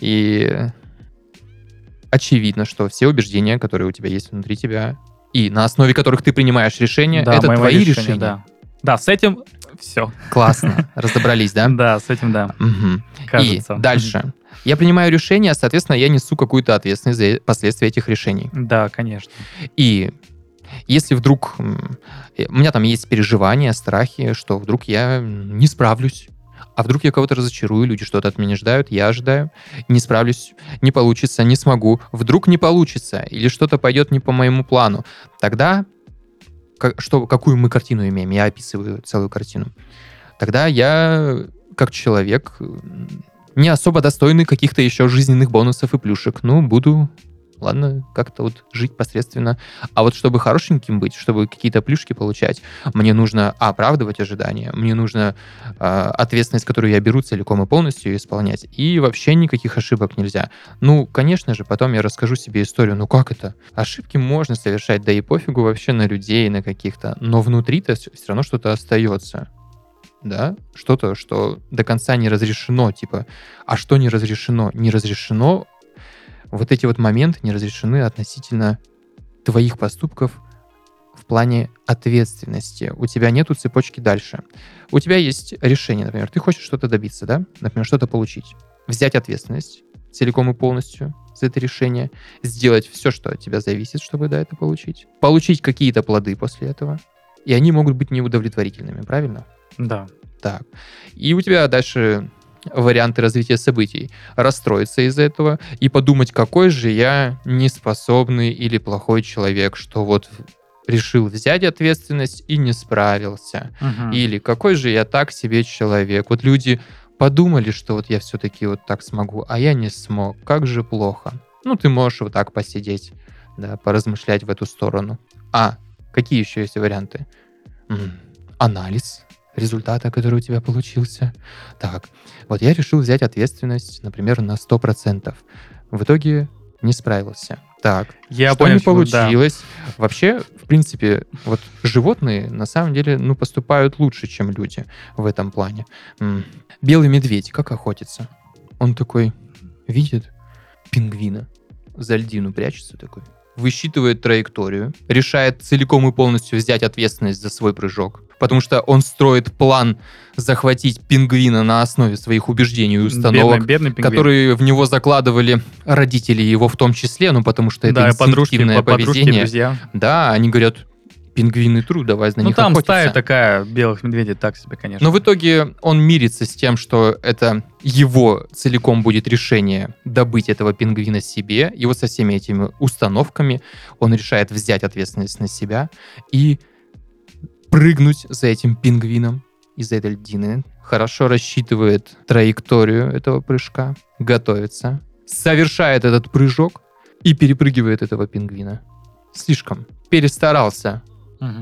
И очевидно, что все убеждения, которые у тебя есть внутри тебя, и на основе которых ты принимаешь решения, Да, это моего твои решения, решения. да. Да, с этим все. Классно, разобрались, да? Да, с этим, да, Мгм. И кажется. Мгм. дальше. Я принимаю решения, соответственно, я несу какую-то ответственность за последствия этих решений. Да, конечно. И если вдруг м, э, у меня там есть переживания, страхи, что вдруг я м, не справлюсь, а вдруг я кого-то разочарую, люди что-то от меня ожидают, я ожидаю, не справлюсь, не получится, не смогу, вдруг не получится, или что-то пойдет не по моему плану, тогда ка- что, какую мы картину имеем? Я описываю целую картину. Тогда я, как человек, м, не особо достойный каких-то еще жизненных бонусов и плюшек. Ну, буду, ладно, как-то вот жить посредственно. А вот чтобы хорошеньким быть, чтобы какие-то плюшки получать, мне нужно оправдывать ожидания, мне нужно э, ответственность, которую я беру, целиком и полностью исполнять. И вообще никаких ошибок нельзя. Ну, конечно же, потом я расскажу себе историю. Ну, как это? Ошибки можно совершать, да и пофигу вообще на людей, на каких-то. Но внутри-то все равно что-то остается. Да, что-то, что до конца не разрешено, типа, а что не разрешено? Не разрешено, вот эти вот моменты не разрешены относительно твоих поступков в плане ответственности. У тебя нету цепочки дальше. У тебя есть решение, например, ты хочешь что-то добиться, да, например, что-то получить, взять ответственность целиком и полностью за это решение, сделать все, что от тебя зависит, чтобы да, это получить, получить какие-то плоды после этого, и они могут быть неудовлетворительными, правильно? Да. Так. И у тебя дальше варианты развития событий. Расстроиться из-за этого и подумать, какой же я неспособный или плохой человек, что вот решил взять ответственность и не справился. Мгм. Или какой же я так себе человек. Вот люди подумали, что вот я все-таки вот так смогу, а я не смог. Как же плохо. Ну, ты можешь вот так посидеть, да, поразмышлять в эту сторону. А, какие еще есть варианты? М, Анализ результата, который у тебя получился. Так, вот я решил взять ответственность, например, на сто процентов. В итоге не справился. Так, Я что понял, не чего, да. получилось? Вообще, в принципе, вот животные на самом деле, ну, поступают лучше, чем люди в этом плане. М, Белый медведь как охотится? Он такой видит пингвина, за льдину прячется такой, высчитывает траекторию, решает целиком и полностью взять ответственность за свой прыжок, потому что он строит план захватить пингвина на основе своих убеждений и установок, Бедный, бедный пингвин. которые в него закладывали родители его в том числе, ну потому что это Да, и подружки, инстинктивное по- подружки, поведение. друзья. Да, они говорят, пингвины тру, давай на Ну, них там охотиться. стая такая белых медведей, так себе, конечно. Но в итоге он мирится с тем, что это его целиком будет решение добыть этого пингвина себе. И вот со всеми этими установками он решает взять ответственность на себя и прыгнуть за этим пингвином из этой льдины. Хорошо рассчитывает траекторию этого прыжка, готовится, совершает этот прыжок и перепрыгивает этого пингвина. Слишком перестарался. Мгм.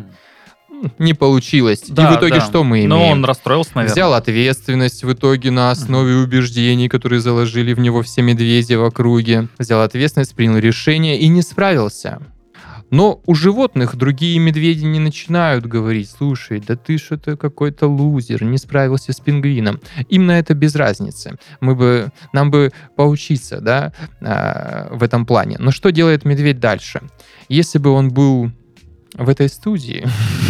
Не получилось. И Да, в итоге да. что мы имеем? Но он расстроился, наверное. Взял ответственность в итоге на основе убеждений, которые заложили в него все медведи в округе. Взял ответственность, принял решение и не справился. Но у животных другие медведи не начинают говорить: слушай, да ты что-то какой-то лузер, не справился с пингвином. Им на это без разницы. Мы бы, нам бы поучиться, да, а, в этом плане. Но что делает медведь дальше? Если бы он был в этой студии...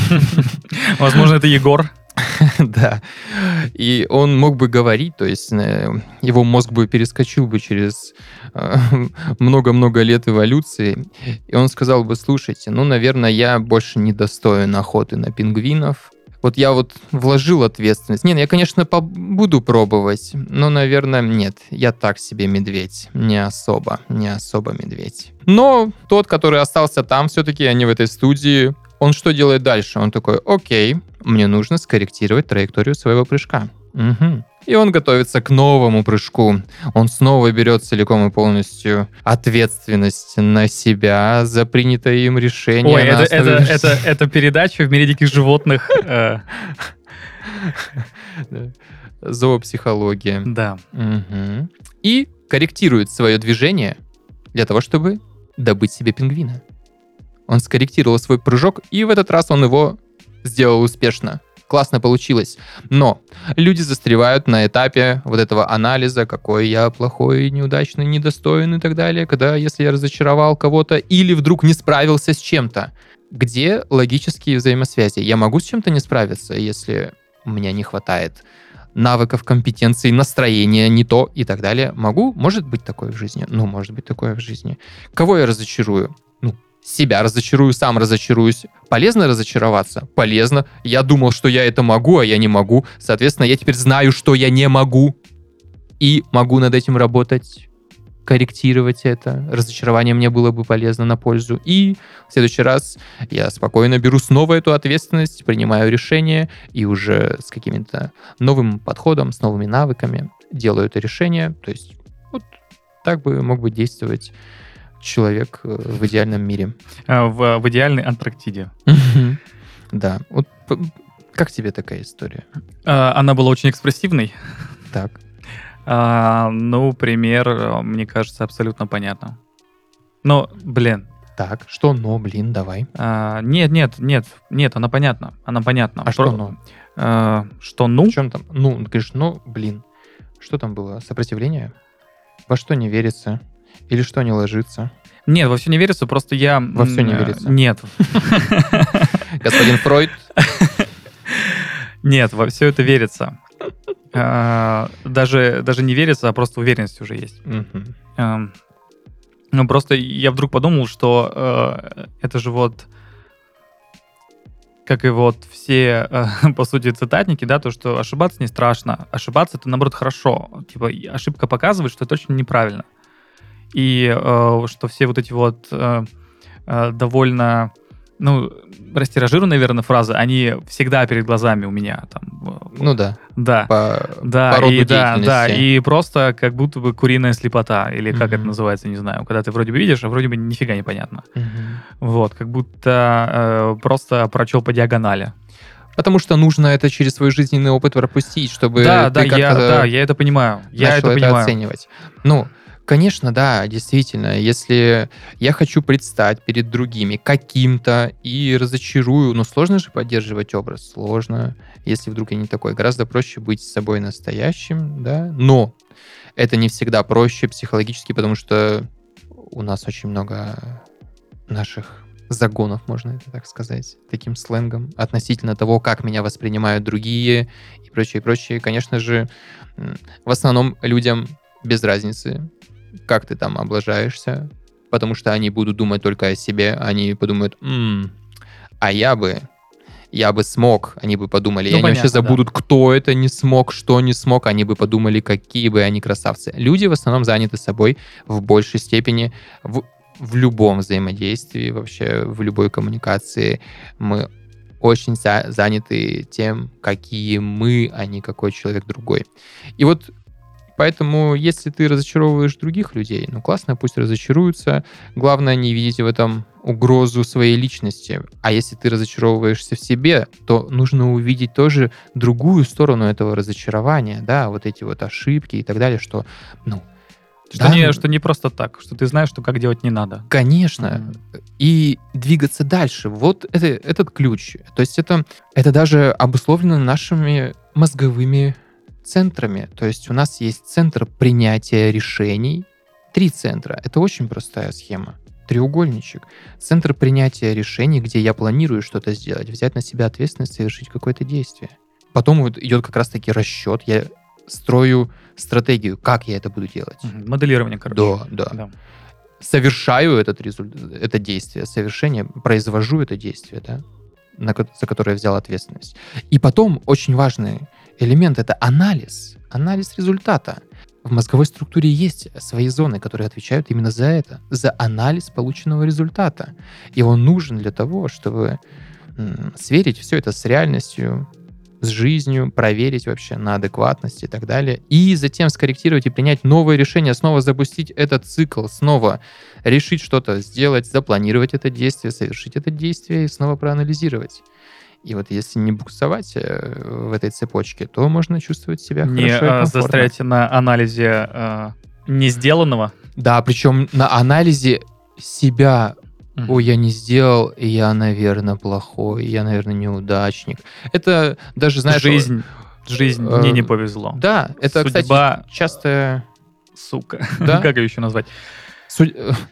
Возможно, это Егор. Да. И он мог бы говорить, то есть э, его мозг бы перескочил бы через э, много-много лет эволюции, и он сказал бы: слушайте, ну, наверное, я больше не достоин охоты на пингвинов. Вот я вот вложил ответственность. Нет, я, конечно, по- буду пробовать, но, наверное, нет. Я так себе медведь. Не особо, не особо медведь. Но тот, который остался там все-таки, а не в этой студии, он что делает дальше? Он такой: окей, мне нужно скорректировать траекторию своего прыжка. Мгм. И он готовится к новому прыжку. Он снова берет целиком и полностью ответственность на себя за принятое им решение. Ой, на это, это, основе- это, это передача в мире диких животных. э, Да. Зоопсихология. Да. Мгм. И корректирует свое движение для того, чтобы добыть себе пингвина. Он скорректировал свой прыжок, и в этот раз он его сделал успешно. Классно получилось. Но люди застревают на этапе вот этого анализа, какой я плохой, неудачный, недостоин и так далее, когда, если я разочаровал кого-то или вдруг не справился с чем-то. Где логические взаимосвязи? Я могу с чем-то не справиться, если у меня не хватает навыков, компетенций, настроения, не то и так далее. Могу? Может быть такое в жизни? Ну, может быть такое в жизни. Кого я разочарую? Ну, себя разочарую, сам разочаруюсь. Полезно разочароваться? Полезно. Я думал, что я это могу, а я не могу. Соответственно, я теперь знаю, что я не могу. И могу над этим работать, корректировать это. Разочарование мне было бы полезно, на пользу. И в следующий раз я спокойно беру снова эту ответственность, принимаю решение и уже с каким-то новым подходом, с новыми навыками делаю это решение. То есть вот так бы мог бы действовать человек э, в идеальном мире. Э, В, в идеальной Антарктиде. Да. Вот п- как тебе такая история? Э, Она была очень экспрессивной. Так. А, Ну, пример, э, мне кажется, абсолютно понятно. Но, блин, Так, что но, блин, давай. а, нет, нет, нет, нет, она понятна, она понятна. А что Про- но? э, Что ну? В чем там? Ну, ты говоришь, ну, блин. Что там было? Сопротивление? Во что не верится? Или что не ложится? Нет, во все не верится, просто я... Во всё не м, э, верится. Нет. Господин Фройд? Нет, во все это верится. А, Даже, даже не верится, а просто уверенность уже есть. Мгм. Эм, Ну, просто я вдруг подумал, что э, это же вот, как и вот все, э, по сути, цитатники, да, то, что ошибаться не страшно, ошибаться это, наоборот, хорошо. Типа, и ошибка показывает, что это очень неправильно. И э, что все вот эти вот э, э, довольно, ну, растиражированные, наверное, фразы, они всегда перед глазами у меня там. э, Ну да, Да. по, Да, по роду и, да, да, деятельности. и просто как будто бы куриная слепота, или как это Мгм. называется, не знаю, когда ты вроде бы видишь, а вроде бы нифига не понятно. Мгм. Вот, как будто э, просто прочел по диагонали. Потому что нужно это через свой жизненный опыт пропустить, чтобы Да, ты да, я, как-то да, я это понимаю. Я начал это это понимаю. оценивать. Ну, конечно, да, действительно, если я хочу предстать перед другими каким-то и разочарую, ну, сложно же поддерживать образ, сложно, если вдруг я не такой. Гораздо проще быть с собой настоящим, да, но это не всегда проще психологически, потому что у нас очень много наших загонов, можно это так сказать, таким сленгом, относительно того, как меня воспринимают другие и прочее, прочее. Конечно же, м, в основном людям без разницы, как ты там облажаешься, потому что они будут думать только о себе, они подумают, «М, а я бы, я бы смог», они бы подумали, и Ну, они вообще понятно, да. забудут, кто это не смог, что не смог, они бы подумали, какие бы они красавцы. Люди в основном заняты собой в большей степени, в, в любом взаимодействии, вообще в любой коммуникации. Мы очень за- заняты тем, какие мы, а не какой человек другой. И вот поэтому, если ты разочаровываешь других людей, ну классно, пусть разочаруются. Главное, не видеть в этом угрозу своей личности. А если ты разочаровываешься в себе, то нужно увидеть тоже другую сторону этого разочарования, да, вот эти вот ошибки и так далее, что, ну, Что, да, не, ну, что не просто так, что ты знаешь, что как делать не надо. конечно, Мгм. и двигаться дальше. Вот это, этот ключ. То есть это, это даже обусловлено нашими мозговыми центрами. То есть у нас есть центр принятия решений. Три центра. Это очень простая схема. Треугольничек. Центр принятия решений, где я планирую что-то сделать, взять на себя ответственность, совершить какое-то действие. Потом вот идет как раз-таки расчет. Я строю стратегию, как я это буду делать. Мгм. Моделирование, короче. Да, да. Да. Совершаю этот результ- это действие, совершение, произвожу это действие, да, на ко- за которое я взял ответственность. И потом очень важный элемент — это анализ, анализ результата. В мозговой структуре есть свои зоны, которые отвечают именно за это, за анализ полученного результата. И он нужен для того, чтобы м, сверить все это с реальностью, с жизнью, проверить вообще на адекватность и так далее, и затем скорректировать и принять новое решение, снова запустить этот цикл, снова решить что-то сделать, запланировать это действие, совершить это действие и снова проанализировать. И вот если не буксовать э, в этой цепочке, то можно чувствовать себя Не хорошо и а, комфортно. застрять на анализе а, не сделанного. Да, причем на анализе себя. Мгм. Ой, я не сделал, и я, наверное, плохой, я, наверное, неудачник. Это даже, знаешь... Жизнь, жизнь, э, мне не повезло. Да, это, Судьба- кстати, часто... Сука. Да? Как ее еще назвать? Судь-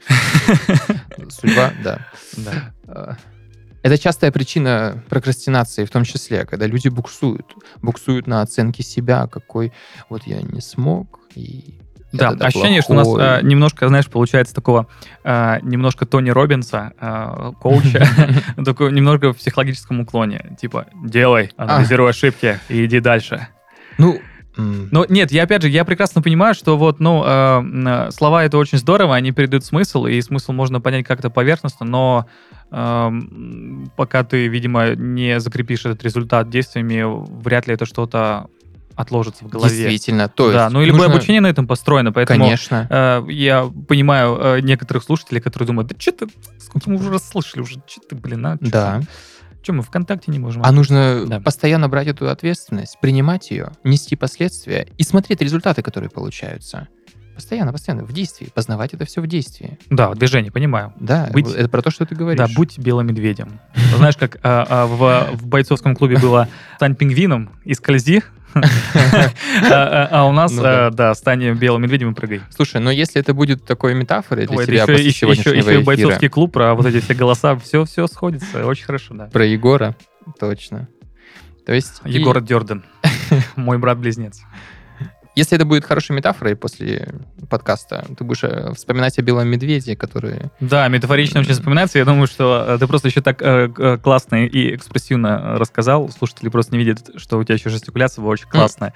Судьба, да. Да. Э, Это частая причина прокрастинации, в том числе, когда люди буксуют. Буксуют на оценке себя, какой вот я не смог, и я Да, тогда ощущение, что у нас плохой. а, немножко, знаешь, получается такого а, немножко Тони Роббинса, а, коуча, такой немного в психологическом уклоне. Типа, делай, анализируй ошибки и иди дальше. Ну, м, Но нет, я опять же, я прекрасно понимаю, что вот, ну, э, м, слова это очень здорово, они передают смысл, и смысл можно понять как-то поверхностно, но э, м, пока ты, видимо, не закрепишь этот результат действиями, вряд ли это что-то отложится в голове. действительно, то есть... Да, ну и любое нужно- обучение на этом построено, поэтому Конечно. э, я понимаю э, некоторых слушателей, которые думают, да что ты, сколько мы уже раз слышали, уже что ты, блин, а? Да. Что мы ВКонтакте не можем? А нужно Да. постоянно брать эту ответственность, принимать ее, нести последствия и смотреть результаты, которые получаются. Постоянно, постоянно, в действии. Познавать это все в действии. Да, движение, понимаю. Да, Быть- это про то, что ты говоришь. Да, будь белым медведем. Знаешь, как а, а, в, в бойцовском клубе было «Стань пингвином и скользи», а, а- а у нас, Ну да. а, да, «Стань белым медведем и прыгай». Слушай, но если это будет такой метафорой для Ой, это тебя еще, после еще, еще, сегодняшнего еще и эфира, бойцовский клуб, про вот эти все голоса, все, все сходится, очень хорошо, да. про Егора, точно. То есть... и Егор Дёрден, мой брат-близнец. Если это будет хорошей метафорой после подкаста, ты будешь э, вспоминать о белом медведе, который... Да, метафорично очень вспоминается. Я думаю, что э, ты просто еще так э, э, классно и экспрессивно рассказал. Слушатели просто не видят, что у тебя еще жестикуляция была очень классная.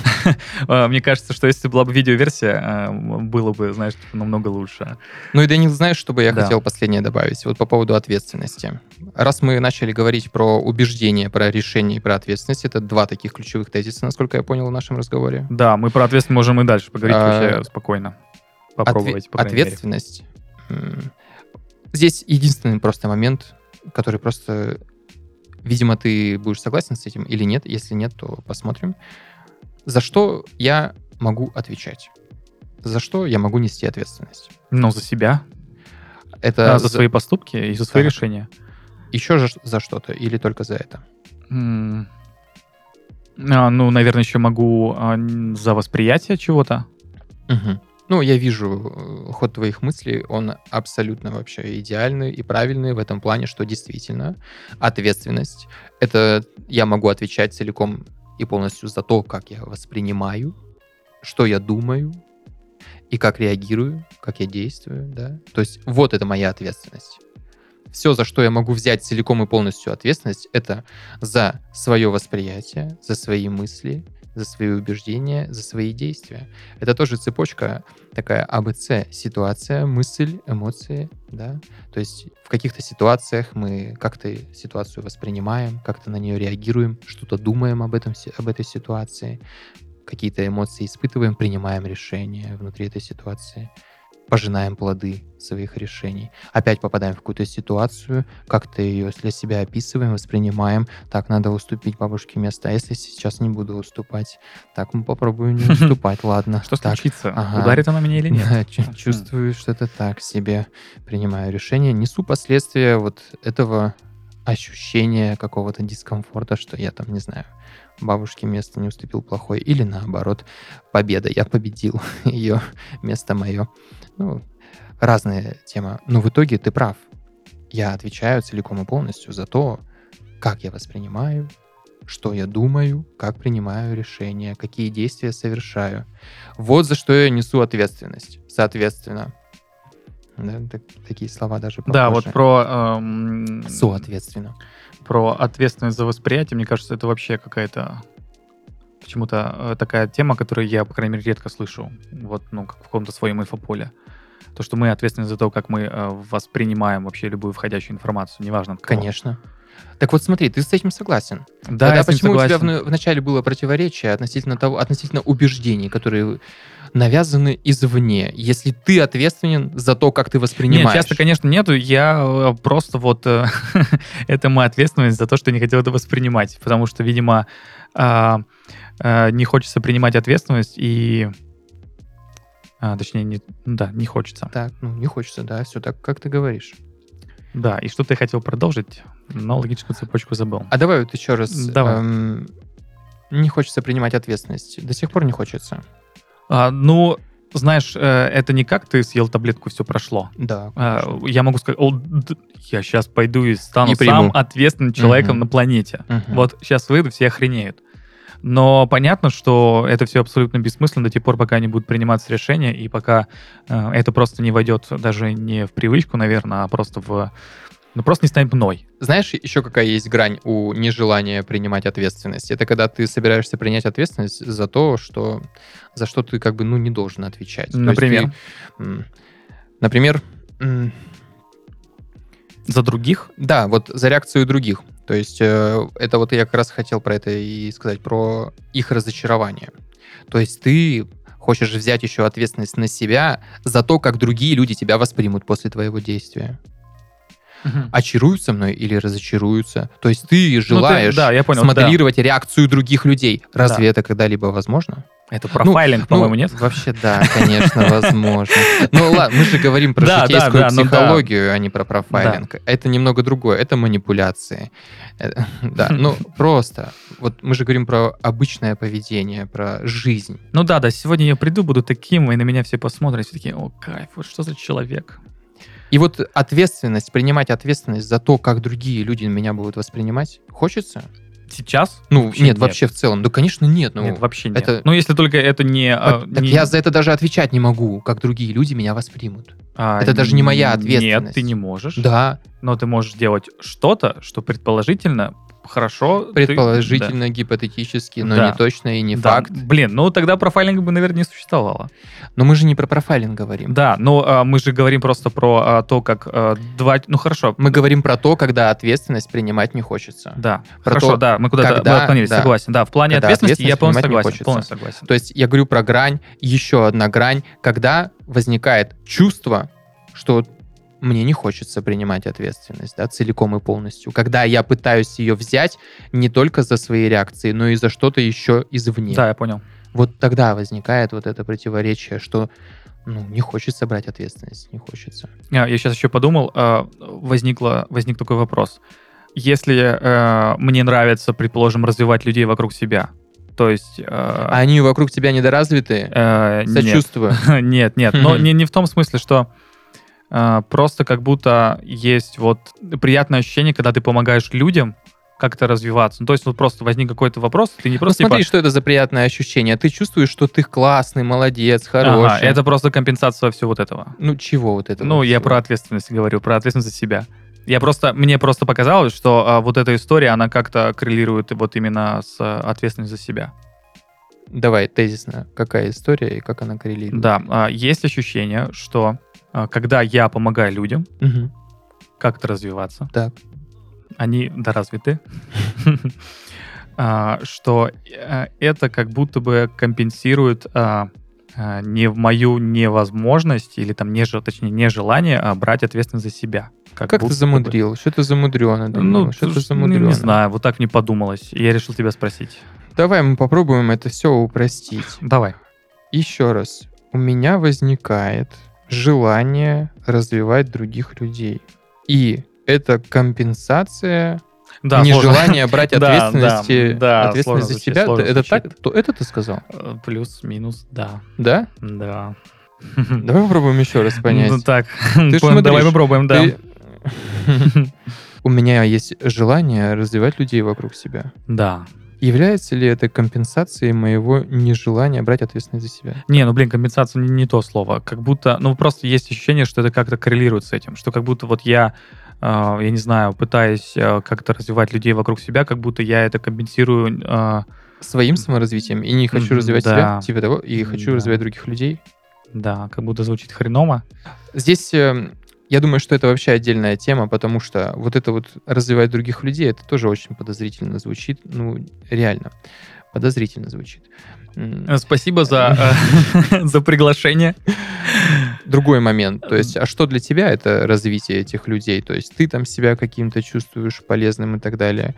Э, Мне кажется, что если была бы видеоверсия, э, было бы, знаешь, типа, намного лучше. Ну и, Данил, знаешь, что бы я Да. хотел последнее добавить? Вот по поводу ответственности. Раз мы начали говорить про убеждение, про решение и про ответственность, это два таких ключевых тезиса, насколько я понял в нашем разговоре. Да, мы про ответственность можем и дальше поговорить А, вообще спокойно. Попробовать, Отве- по крайней мере. Ответственность. М, Здесь единственный просто момент, который просто... Видимо, ты будешь согласен с этим или нет. Если нет, то посмотрим. За что я могу отвечать? За что я могу нести ответственность? Ну, за себя, Это а, за свои поступки и за свои Так. решения. еще же за что-то или только за это? М. А, ну, наверное, еще могу а, н- за восприятие чего-то. Мгм. Ну, я вижу э, ход твоих мыслей, он абсолютно вообще идеальный и правильный в этом плане, что действительно ответственность — это я могу отвечать целиком и полностью за то, как я воспринимаю, что я думаю и как реагирую, как я действую, да. То есть вот это моя ответственность. Все, за что я могу взять целиком и полностью ответственность, это за свое восприятие, за свои мысли, за свои убеждения, за свои действия. Это тоже цепочка такая А Б С. Ситуация, мысль, эмоции, да. То есть в каких-то ситуациях мы как-то ситуацию воспринимаем, как-то на нее реагируем, что-то думаем об этом, си- об этой ситуации, какие-то эмоции испытываем, принимаем решения внутри этой ситуации, пожинаем плоды своих решений. Опять попадаем в какую-то ситуацию, как-то ее для себя описываем, воспринимаем. Так, надо уступить бабушке место. А если сейчас не буду уступать? Так, мы попробуем не уступать, ладно. Что Так, случится? ага. Ударит она меня или нет? да, чу- чувствую, что это так себе. Принимаю решение, несу последствия вот этого ощущения какого-то дискомфорта, что я там, не знаю, бабушке место не уступил плохой, или наоборот, победа, я победил, ее место мое. Ну, разная тема. Но в итоге ты прав. Я отвечаю целиком и полностью за то, как я воспринимаю, что я думаю, как принимаю решения, какие действия совершаю. Вот за что я несу ответственность. Соответственно. Да, так- такие слова даже Да, вот похожи. про, эм, Соответственно. про ответственность за восприятие, мне кажется, это вообще какая-то почему-то э, такая тема, которую я, по крайней мере, редко слышу. Вот, ну, как в каком-то своем инфополе. То, что мы ответственны за то, как мы э, воспринимаем вообще любую входящую информацию, неважно от кого. Конечно. Так вот смотри, ты с этим согласен. Да, Тогда я с ним почему у тебя согласен. в, в начале было противоречие относительно того, относительно убеждений, которые навязаны извне, если ты ответственен за то, как ты воспринимаешь? Нет, часто, конечно, нету. Я э, просто вот... э, это моя ответственность за то, что я не хотел это воспринимать. Потому что, видимо, а, а, не хочется принимать ответственность и... а, точнее, не, ну да, не хочется. Так, ну не хочется, да, все так, как ты говоришь. Да, и что-то я хотел продолжить, но логическую цепочку забыл. А давай вот еще раз. Давай. эм, не хочется принимать ответственность. До сих пор не хочется. А, ну, знаешь, э, это не как ты съел таблетку, все прошло. Да. А, конечно. я могу сказать, «О, д- я сейчас пойду и стану И приму. самым ответственным человеком Мгм. на планете. Мгм. Вот сейчас выйду, все охренеют. Но понятно, что это все абсолютно бессмысленно до тех пор, пока не будут приниматься решения, и пока э, это просто не войдет даже не в привычку, наверное, а просто в... Ну, просто не станет мной. Знаешь, еще какая есть грань у нежелания принимать ответственность? Это когда ты собираешься принять ответственность за то, что за что ты как бы ну не должен отвечать. То есть Например? ты, м, например, м, За других? да, вот за реакцию других. То есть э, это вот я как раз хотел про это и сказать, про их разочарование. То есть ты хочешь взять еще ответственность на себя за то, как другие люди тебя воспримут после твоего действия. Мгм. Очаруются мной или разочаруются. То есть ты Ну, ты- желаешь да, я понял, смоделировать реакцию других людей. Разве Да. это когда-либо возможно? Это профайлинг, Ну, по-моему, нет? Вообще, да, конечно, возможно. Ну, ладно, мы же говорим про Да, да, житейскую да, ну да. психологию, а не про профайлинг. Это немного другое, это манипуляции. Э, Да, ну, просто. Вот мы же говорим про обычное поведение, про жизнь. Ну да, да, сегодня я приду, буду таким, и на меня все посмотрят, все такие, о, кайф, вот что за человек. И вот ответственность, принимать ответственность за то, как другие люди меня будут воспринимать, хочется? Сейчас? Ну, Вообще нет, вообще в целом. Да, конечно, нет. Ну, Нет, вообще нет. это- Ну, если только это не... а, так, так не- я за это даже отвечать не могу, как другие люди меня воспримут. а, это даже не моя Нет, ответственность. ты не можешь. Да, Но ты можешь делать что-то, что предположительно хорошо... ты- предположительно, гипотетически, но Да. не точно и не да. Да. факт. Блин, ну тогда профайлинга бы, наверное, не существовало. Но мы же не про профайлинг говорим. Да, но а, мы же говорим просто про а, то, как а, два... Ну, хорошо. Мы говорим про то, когда ответственность принимать не хочется. Да, Про хорошо, то, да, мы куда-то когда- мы отклонились, да. согласен. Да, в плане Когда ответственности я ответственность полностью принимать не согласен. хочется. Полностью согласен. То есть я говорю про грань, еще одна грань, когда возникает чувство, что мне не хочется принимать ответственность, да, целиком и полностью. Когда я пытаюсь ее взять не только за свои реакции, но и за что-то еще извне. Да, я понял. Вот тогда возникает вот это противоречие, что ну, не хочется брать ответственность, не хочется. А, Я сейчас еще подумал, а, возникло, возник такой вопрос. Если э, мне нравится, предположим, развивать людей вокруг себя, то есть... э, А они вокруг тебя недоразвитые? э, нет. Сочувствую. Нет, нет, но не, не в том смысле, что э, просто как будто есть вот приятное ощущение, когда ты помогаешь людям как-то развиваться. Ну, то есть вот просто возник какой-то вопрос, ты не Ну просто смотри, типа... что это за приятное ощущение. Ты чувствуешь, что ты классный, молодец, хороший. Ага, это просто компенсация всего вот этого. Ну чего вот это? Ну, я про ответственность говорю, про ответственность за себя. Я просто, мне просто показалось, что а, вот эта история, она как-то коррелирует вот именно с а, ответственностью за себя. Давай, тезисно, какая история и как она коррелирует? Да, а, есть ощущение, что а, когда я помогаю людям Мгм. как-то развиваться, Так. они доразвиты, а, что э, это как будто бы компенсирует а, а, не в мою невозможность или там, не, же- точнее, нежелание а, брать ответственность за себя. Как будто ты бы. замудрил? Что ты замудрено? Ну, что ты ну, замудрено? не знаю, вот так мне подумалось. И я решил тебя спросить. Давай мы попробуем это все упростить. Давай. Еще раз. У меня возникает желание развивать других людей. И это компенсация Да, нежелание брать Да, ответственности, да, да, ответственность сложно за звучит, себя. сложно Это звучит. так? То- Это ты сказал? Э, Плюс-минус, да. Да? Да. Давай попробуем еще раз понять. Ну так, Ты ж Пон- давай смотришь, попробуем, да. Ты- У меня есть желание развивать людей вокруг себя. Да. Является ли это компенсацией моего нежелания брать ответственность за себя? Не, ну блин, компенсация не, не то слово. Как будто, ну просто есть ощущение, что это как-то коррелирует с этим. Что как будто вот я, э, я не знаю, пытаясь э, как-то развивать людей вокруг себя, как будто я это компенсирую. э, Своим саморазвитием и не хочу Мгм, развивать да. себя, типа того, и хочу Да. развивать других людей. да, как будто звучит хреново. Здесь э, Я думаю, что это вообще отдельная тема, потому что вот это вот развивать других людей, это тоже очень подозрительно звучит. Ну, реально, подозрительно звучит. Спасибо за, за приглашение. Другой момент. То есть, а что для тебя это развитие этих людей? То есть ты там себя каким-то чувствуешь полезным и так далее.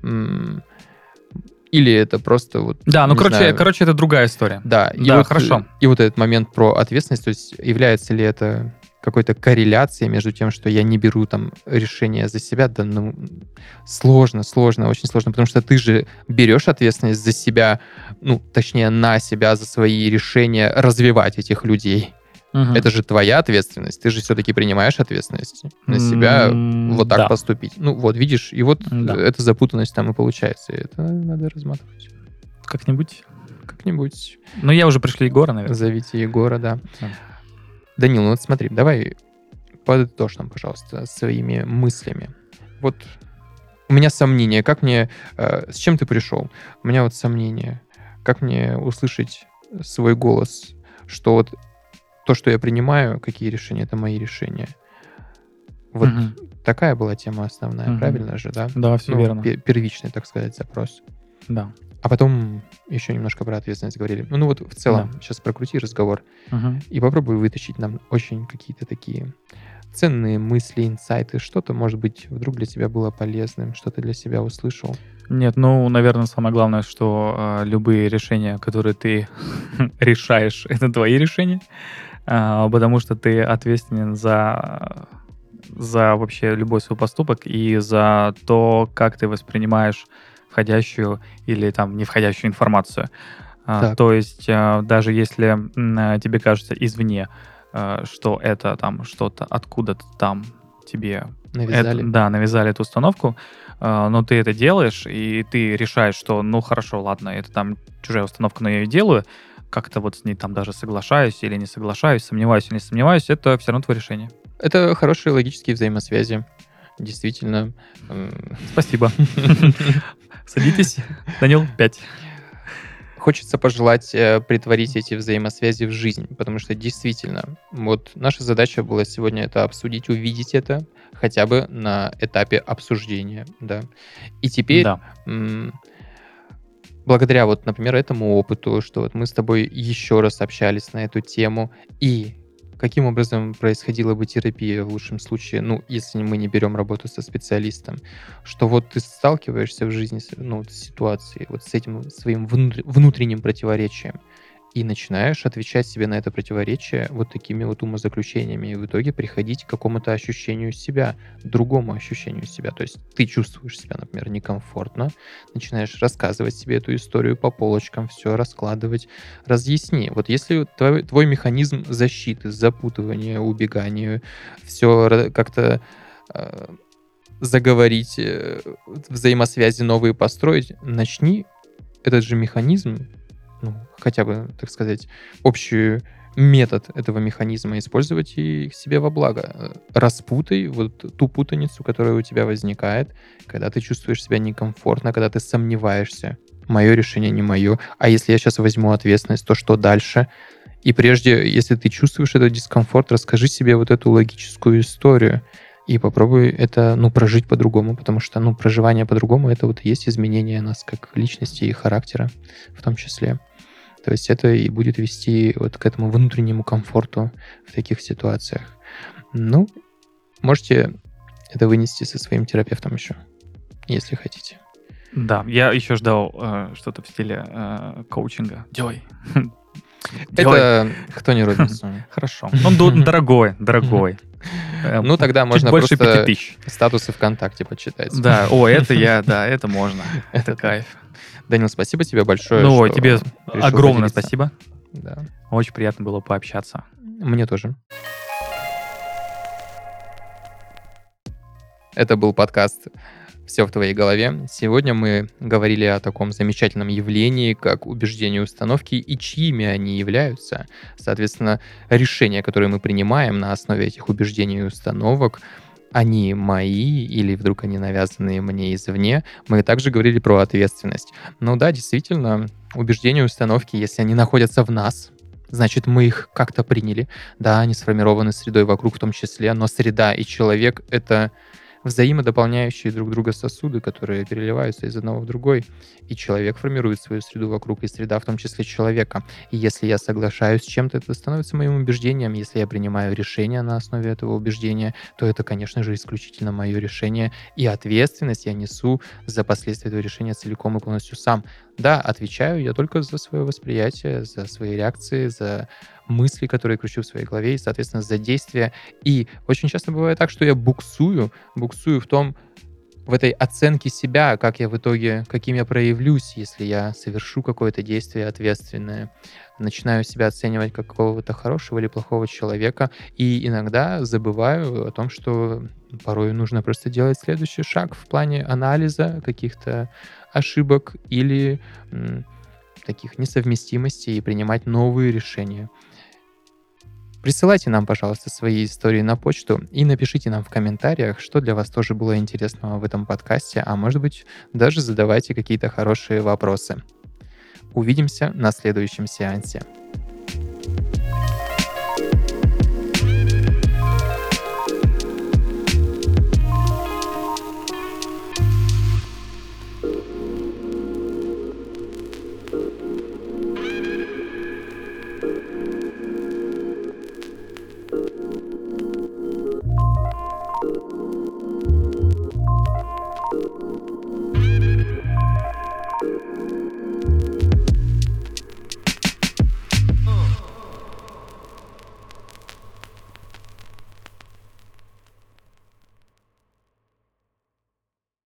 Или это просто вот... Да, ну, короче, знаю, короче, это другая история. Да, и да вот, хорошо. И вот этот момент про ответственность, то есть является ли это какой-то корреляцией между тем, что я не беру там решения за себя? Да, ну, сложно, сложно, очень сложно, потому что ты же берешь ответственность за себя, ну, точнее, на себя, за свои решения развивать этих людей. Угу. Это же твоя ответственность. Ты же все-таки принимаешь ответственность на себя mm, вот так да. поступить. Ну, вот, видишь, и вот да. эта запутанность там и получается. И это надо разматывать. Как-нибудь. Как-нибудь. Ну, я уже пришли Егора, наверное. Зовите Егора, да. да. Данил, ну вот смотри, давай подытожь нам, пожалуйста, своими мыслями. Вот у меня сомнения. Как мне... Э, с чем ты пришел? У меня вот сомнения. Как мне услышать свой голос, что вот то, что я принимаю, какие решения, это мои решения. Вот угу. такая была тема основная, угу. правильно же, да? Да, все ну, верно. Первичный, так сказать, запрос. Да. А потом еще немножко про ответственность говорили. Ну, ну вот в целом, да. сейчас прокрути разговор угу. и попробуй вытащить нам очень какие-то такие ценные мысли, инсайты. Что-то, может быть, вдруг для тебя было полезным, что ты для себя услышал. Нет, ну, наверное, самое главное, что э, любые решения, которые ты решаешь, это твои решения, э, потому что ты ответственен за, за вообще любой свой поступок и за то, как ты воспринимаешь входящую или там не входящую информацию. Э, то есть э, даже если э, тебе кажется извне, э, что это там что-то откуда-то там тебе... Навязали. Это, да, навязали эту установку, но ты это делаешь, и ты решаешь, что, ну, хорошо, ладно, это там чужая установка, но я ее делаю, как-то вот с ней там даже соглашаюсь или не соглашаюсь, сомневаюсь или не сомневаюсь, это все равно твое решение. Это хорошие логические взаимосвязи, действительно. Спасибо. Садитесь, Данил, пять. Хочется пожелать э, притворить эти взаимосвязи в жизнь, потому что действительно, вот наша задача была сегодня это обсудить, увидеть это хотя бы на этапе обсуждения, да. И теперь, да. м- благодаря вот, например, этому опыту, что вот мы с тобой еще раз общались на эту тему, и каким образом происходила бы терапия в лучшем случае, ну, если мы не берем работу со специалистом, что вот ты сталкиваешься в жизни ну, с ситуацией, вот с этим своим внутренним противоречием, и начинаешь отвечать себе на это противоречие вот такими вот умозаключениями, и в итоге приходить к какому-то ощущению себя, другому ощущению себя. То есть ты чувствуешь себя, например, некомфортно, начинаешь рассказывать себе эту историю по полочкам, все раскладывать, разъясни. Вот если твой, твой механизм защиты, запутывания, убегания, все как-то э, заговорить, э, взаимосвязи новые построить, начни этот же механизм, ну, хотя бы, так сказать, общий метод этого механизма использовать и себе во благо. Распутай вот ту путаницу, которая у тебя возникает, когда ты чувствуешь себя некомфортно, когда ты сомневаешься. Мое решение не мое. А если я сейчас возьму ответственность, то что дальше? И прежде, если ты чувствуешь этот дискомфорт, расскажи себе вот эту логическую историю и попробуй это, ну, прожить по-другому, потому что, ну, проживание по-другому — это вот есть изменение нас как личности и характера в том числе. То есть это и будет вести вот к этому внутреннему комфорту в таких ситуациях. Ну, можете это вынести со своим терапевтом еще, если хотите. Да, я еще ждал э, что-то в стиле э, коучинга. Делай. Это к Тони Роббинсу. Хорошо. Он дорогой, дорогой. Ну, тогда можно просто статусы ВКонтакте почитать. Да, о, это я, да, это можно. Это кайф. Данил, спасибо тебе большое. Ну, тебе огромное спасибо. Да. Очень приятно было пообщаться. Мне тоже. Это был подкаст «Все в твоей голове». Сегодня мы говорили о таком замечательном явлении, как убеждения и установки, и чьими они являются. Соответственно, решения, которые мы принимаем на основе этих убеждений и установок, они мои или вдруг они навязанные мне извне. Мы также говорили про ответственность. Ну да, действительно, убеждения и установки, если они находятся в нас, значит, мы их как-то приняли. Да, они сформированы средой вокруг в том числе, но среда и человек — это взаимодополняющие друг друга сосуды, которые переливаются из одного в другой. И человек формирует свою среду вокруг, и среда в том числе человека. И если я соглашаюсь с чем-то, это становится моим убеждением. Если я принимаю решение на основе этого убеждения, то это, конечно же, исключительно мое решение. И ответственность я несу за последствия этого решения целиком и полностью сам. Да, отвечаю я только за свое восприятие, за свои реакции, за мысли, которые кручу в своей голове, и, соответственно, за действия. И очень часто бывает так, что я буксую, буксую в том, в этой оценке себя, как я в итоге, каким я проявлюсь, если я совершу какое-то действие ответственное. Начинаю себя оценивать как какого-то хорошего или плохого человека, и иногда забываю о том, что порой нужно просто делать следующий шаг в плане анализа каких-то ошибок или м, таких несовместимостей и принимать новые решения. Присылайте нам, пожалуйста, свои истории на почту и напишите нам в комментариях, что для вас тоже было интересного в этом подкасте, а может быть, даже задавайте какие-то хорошие вопросы. Увидимся на следующем сеансе.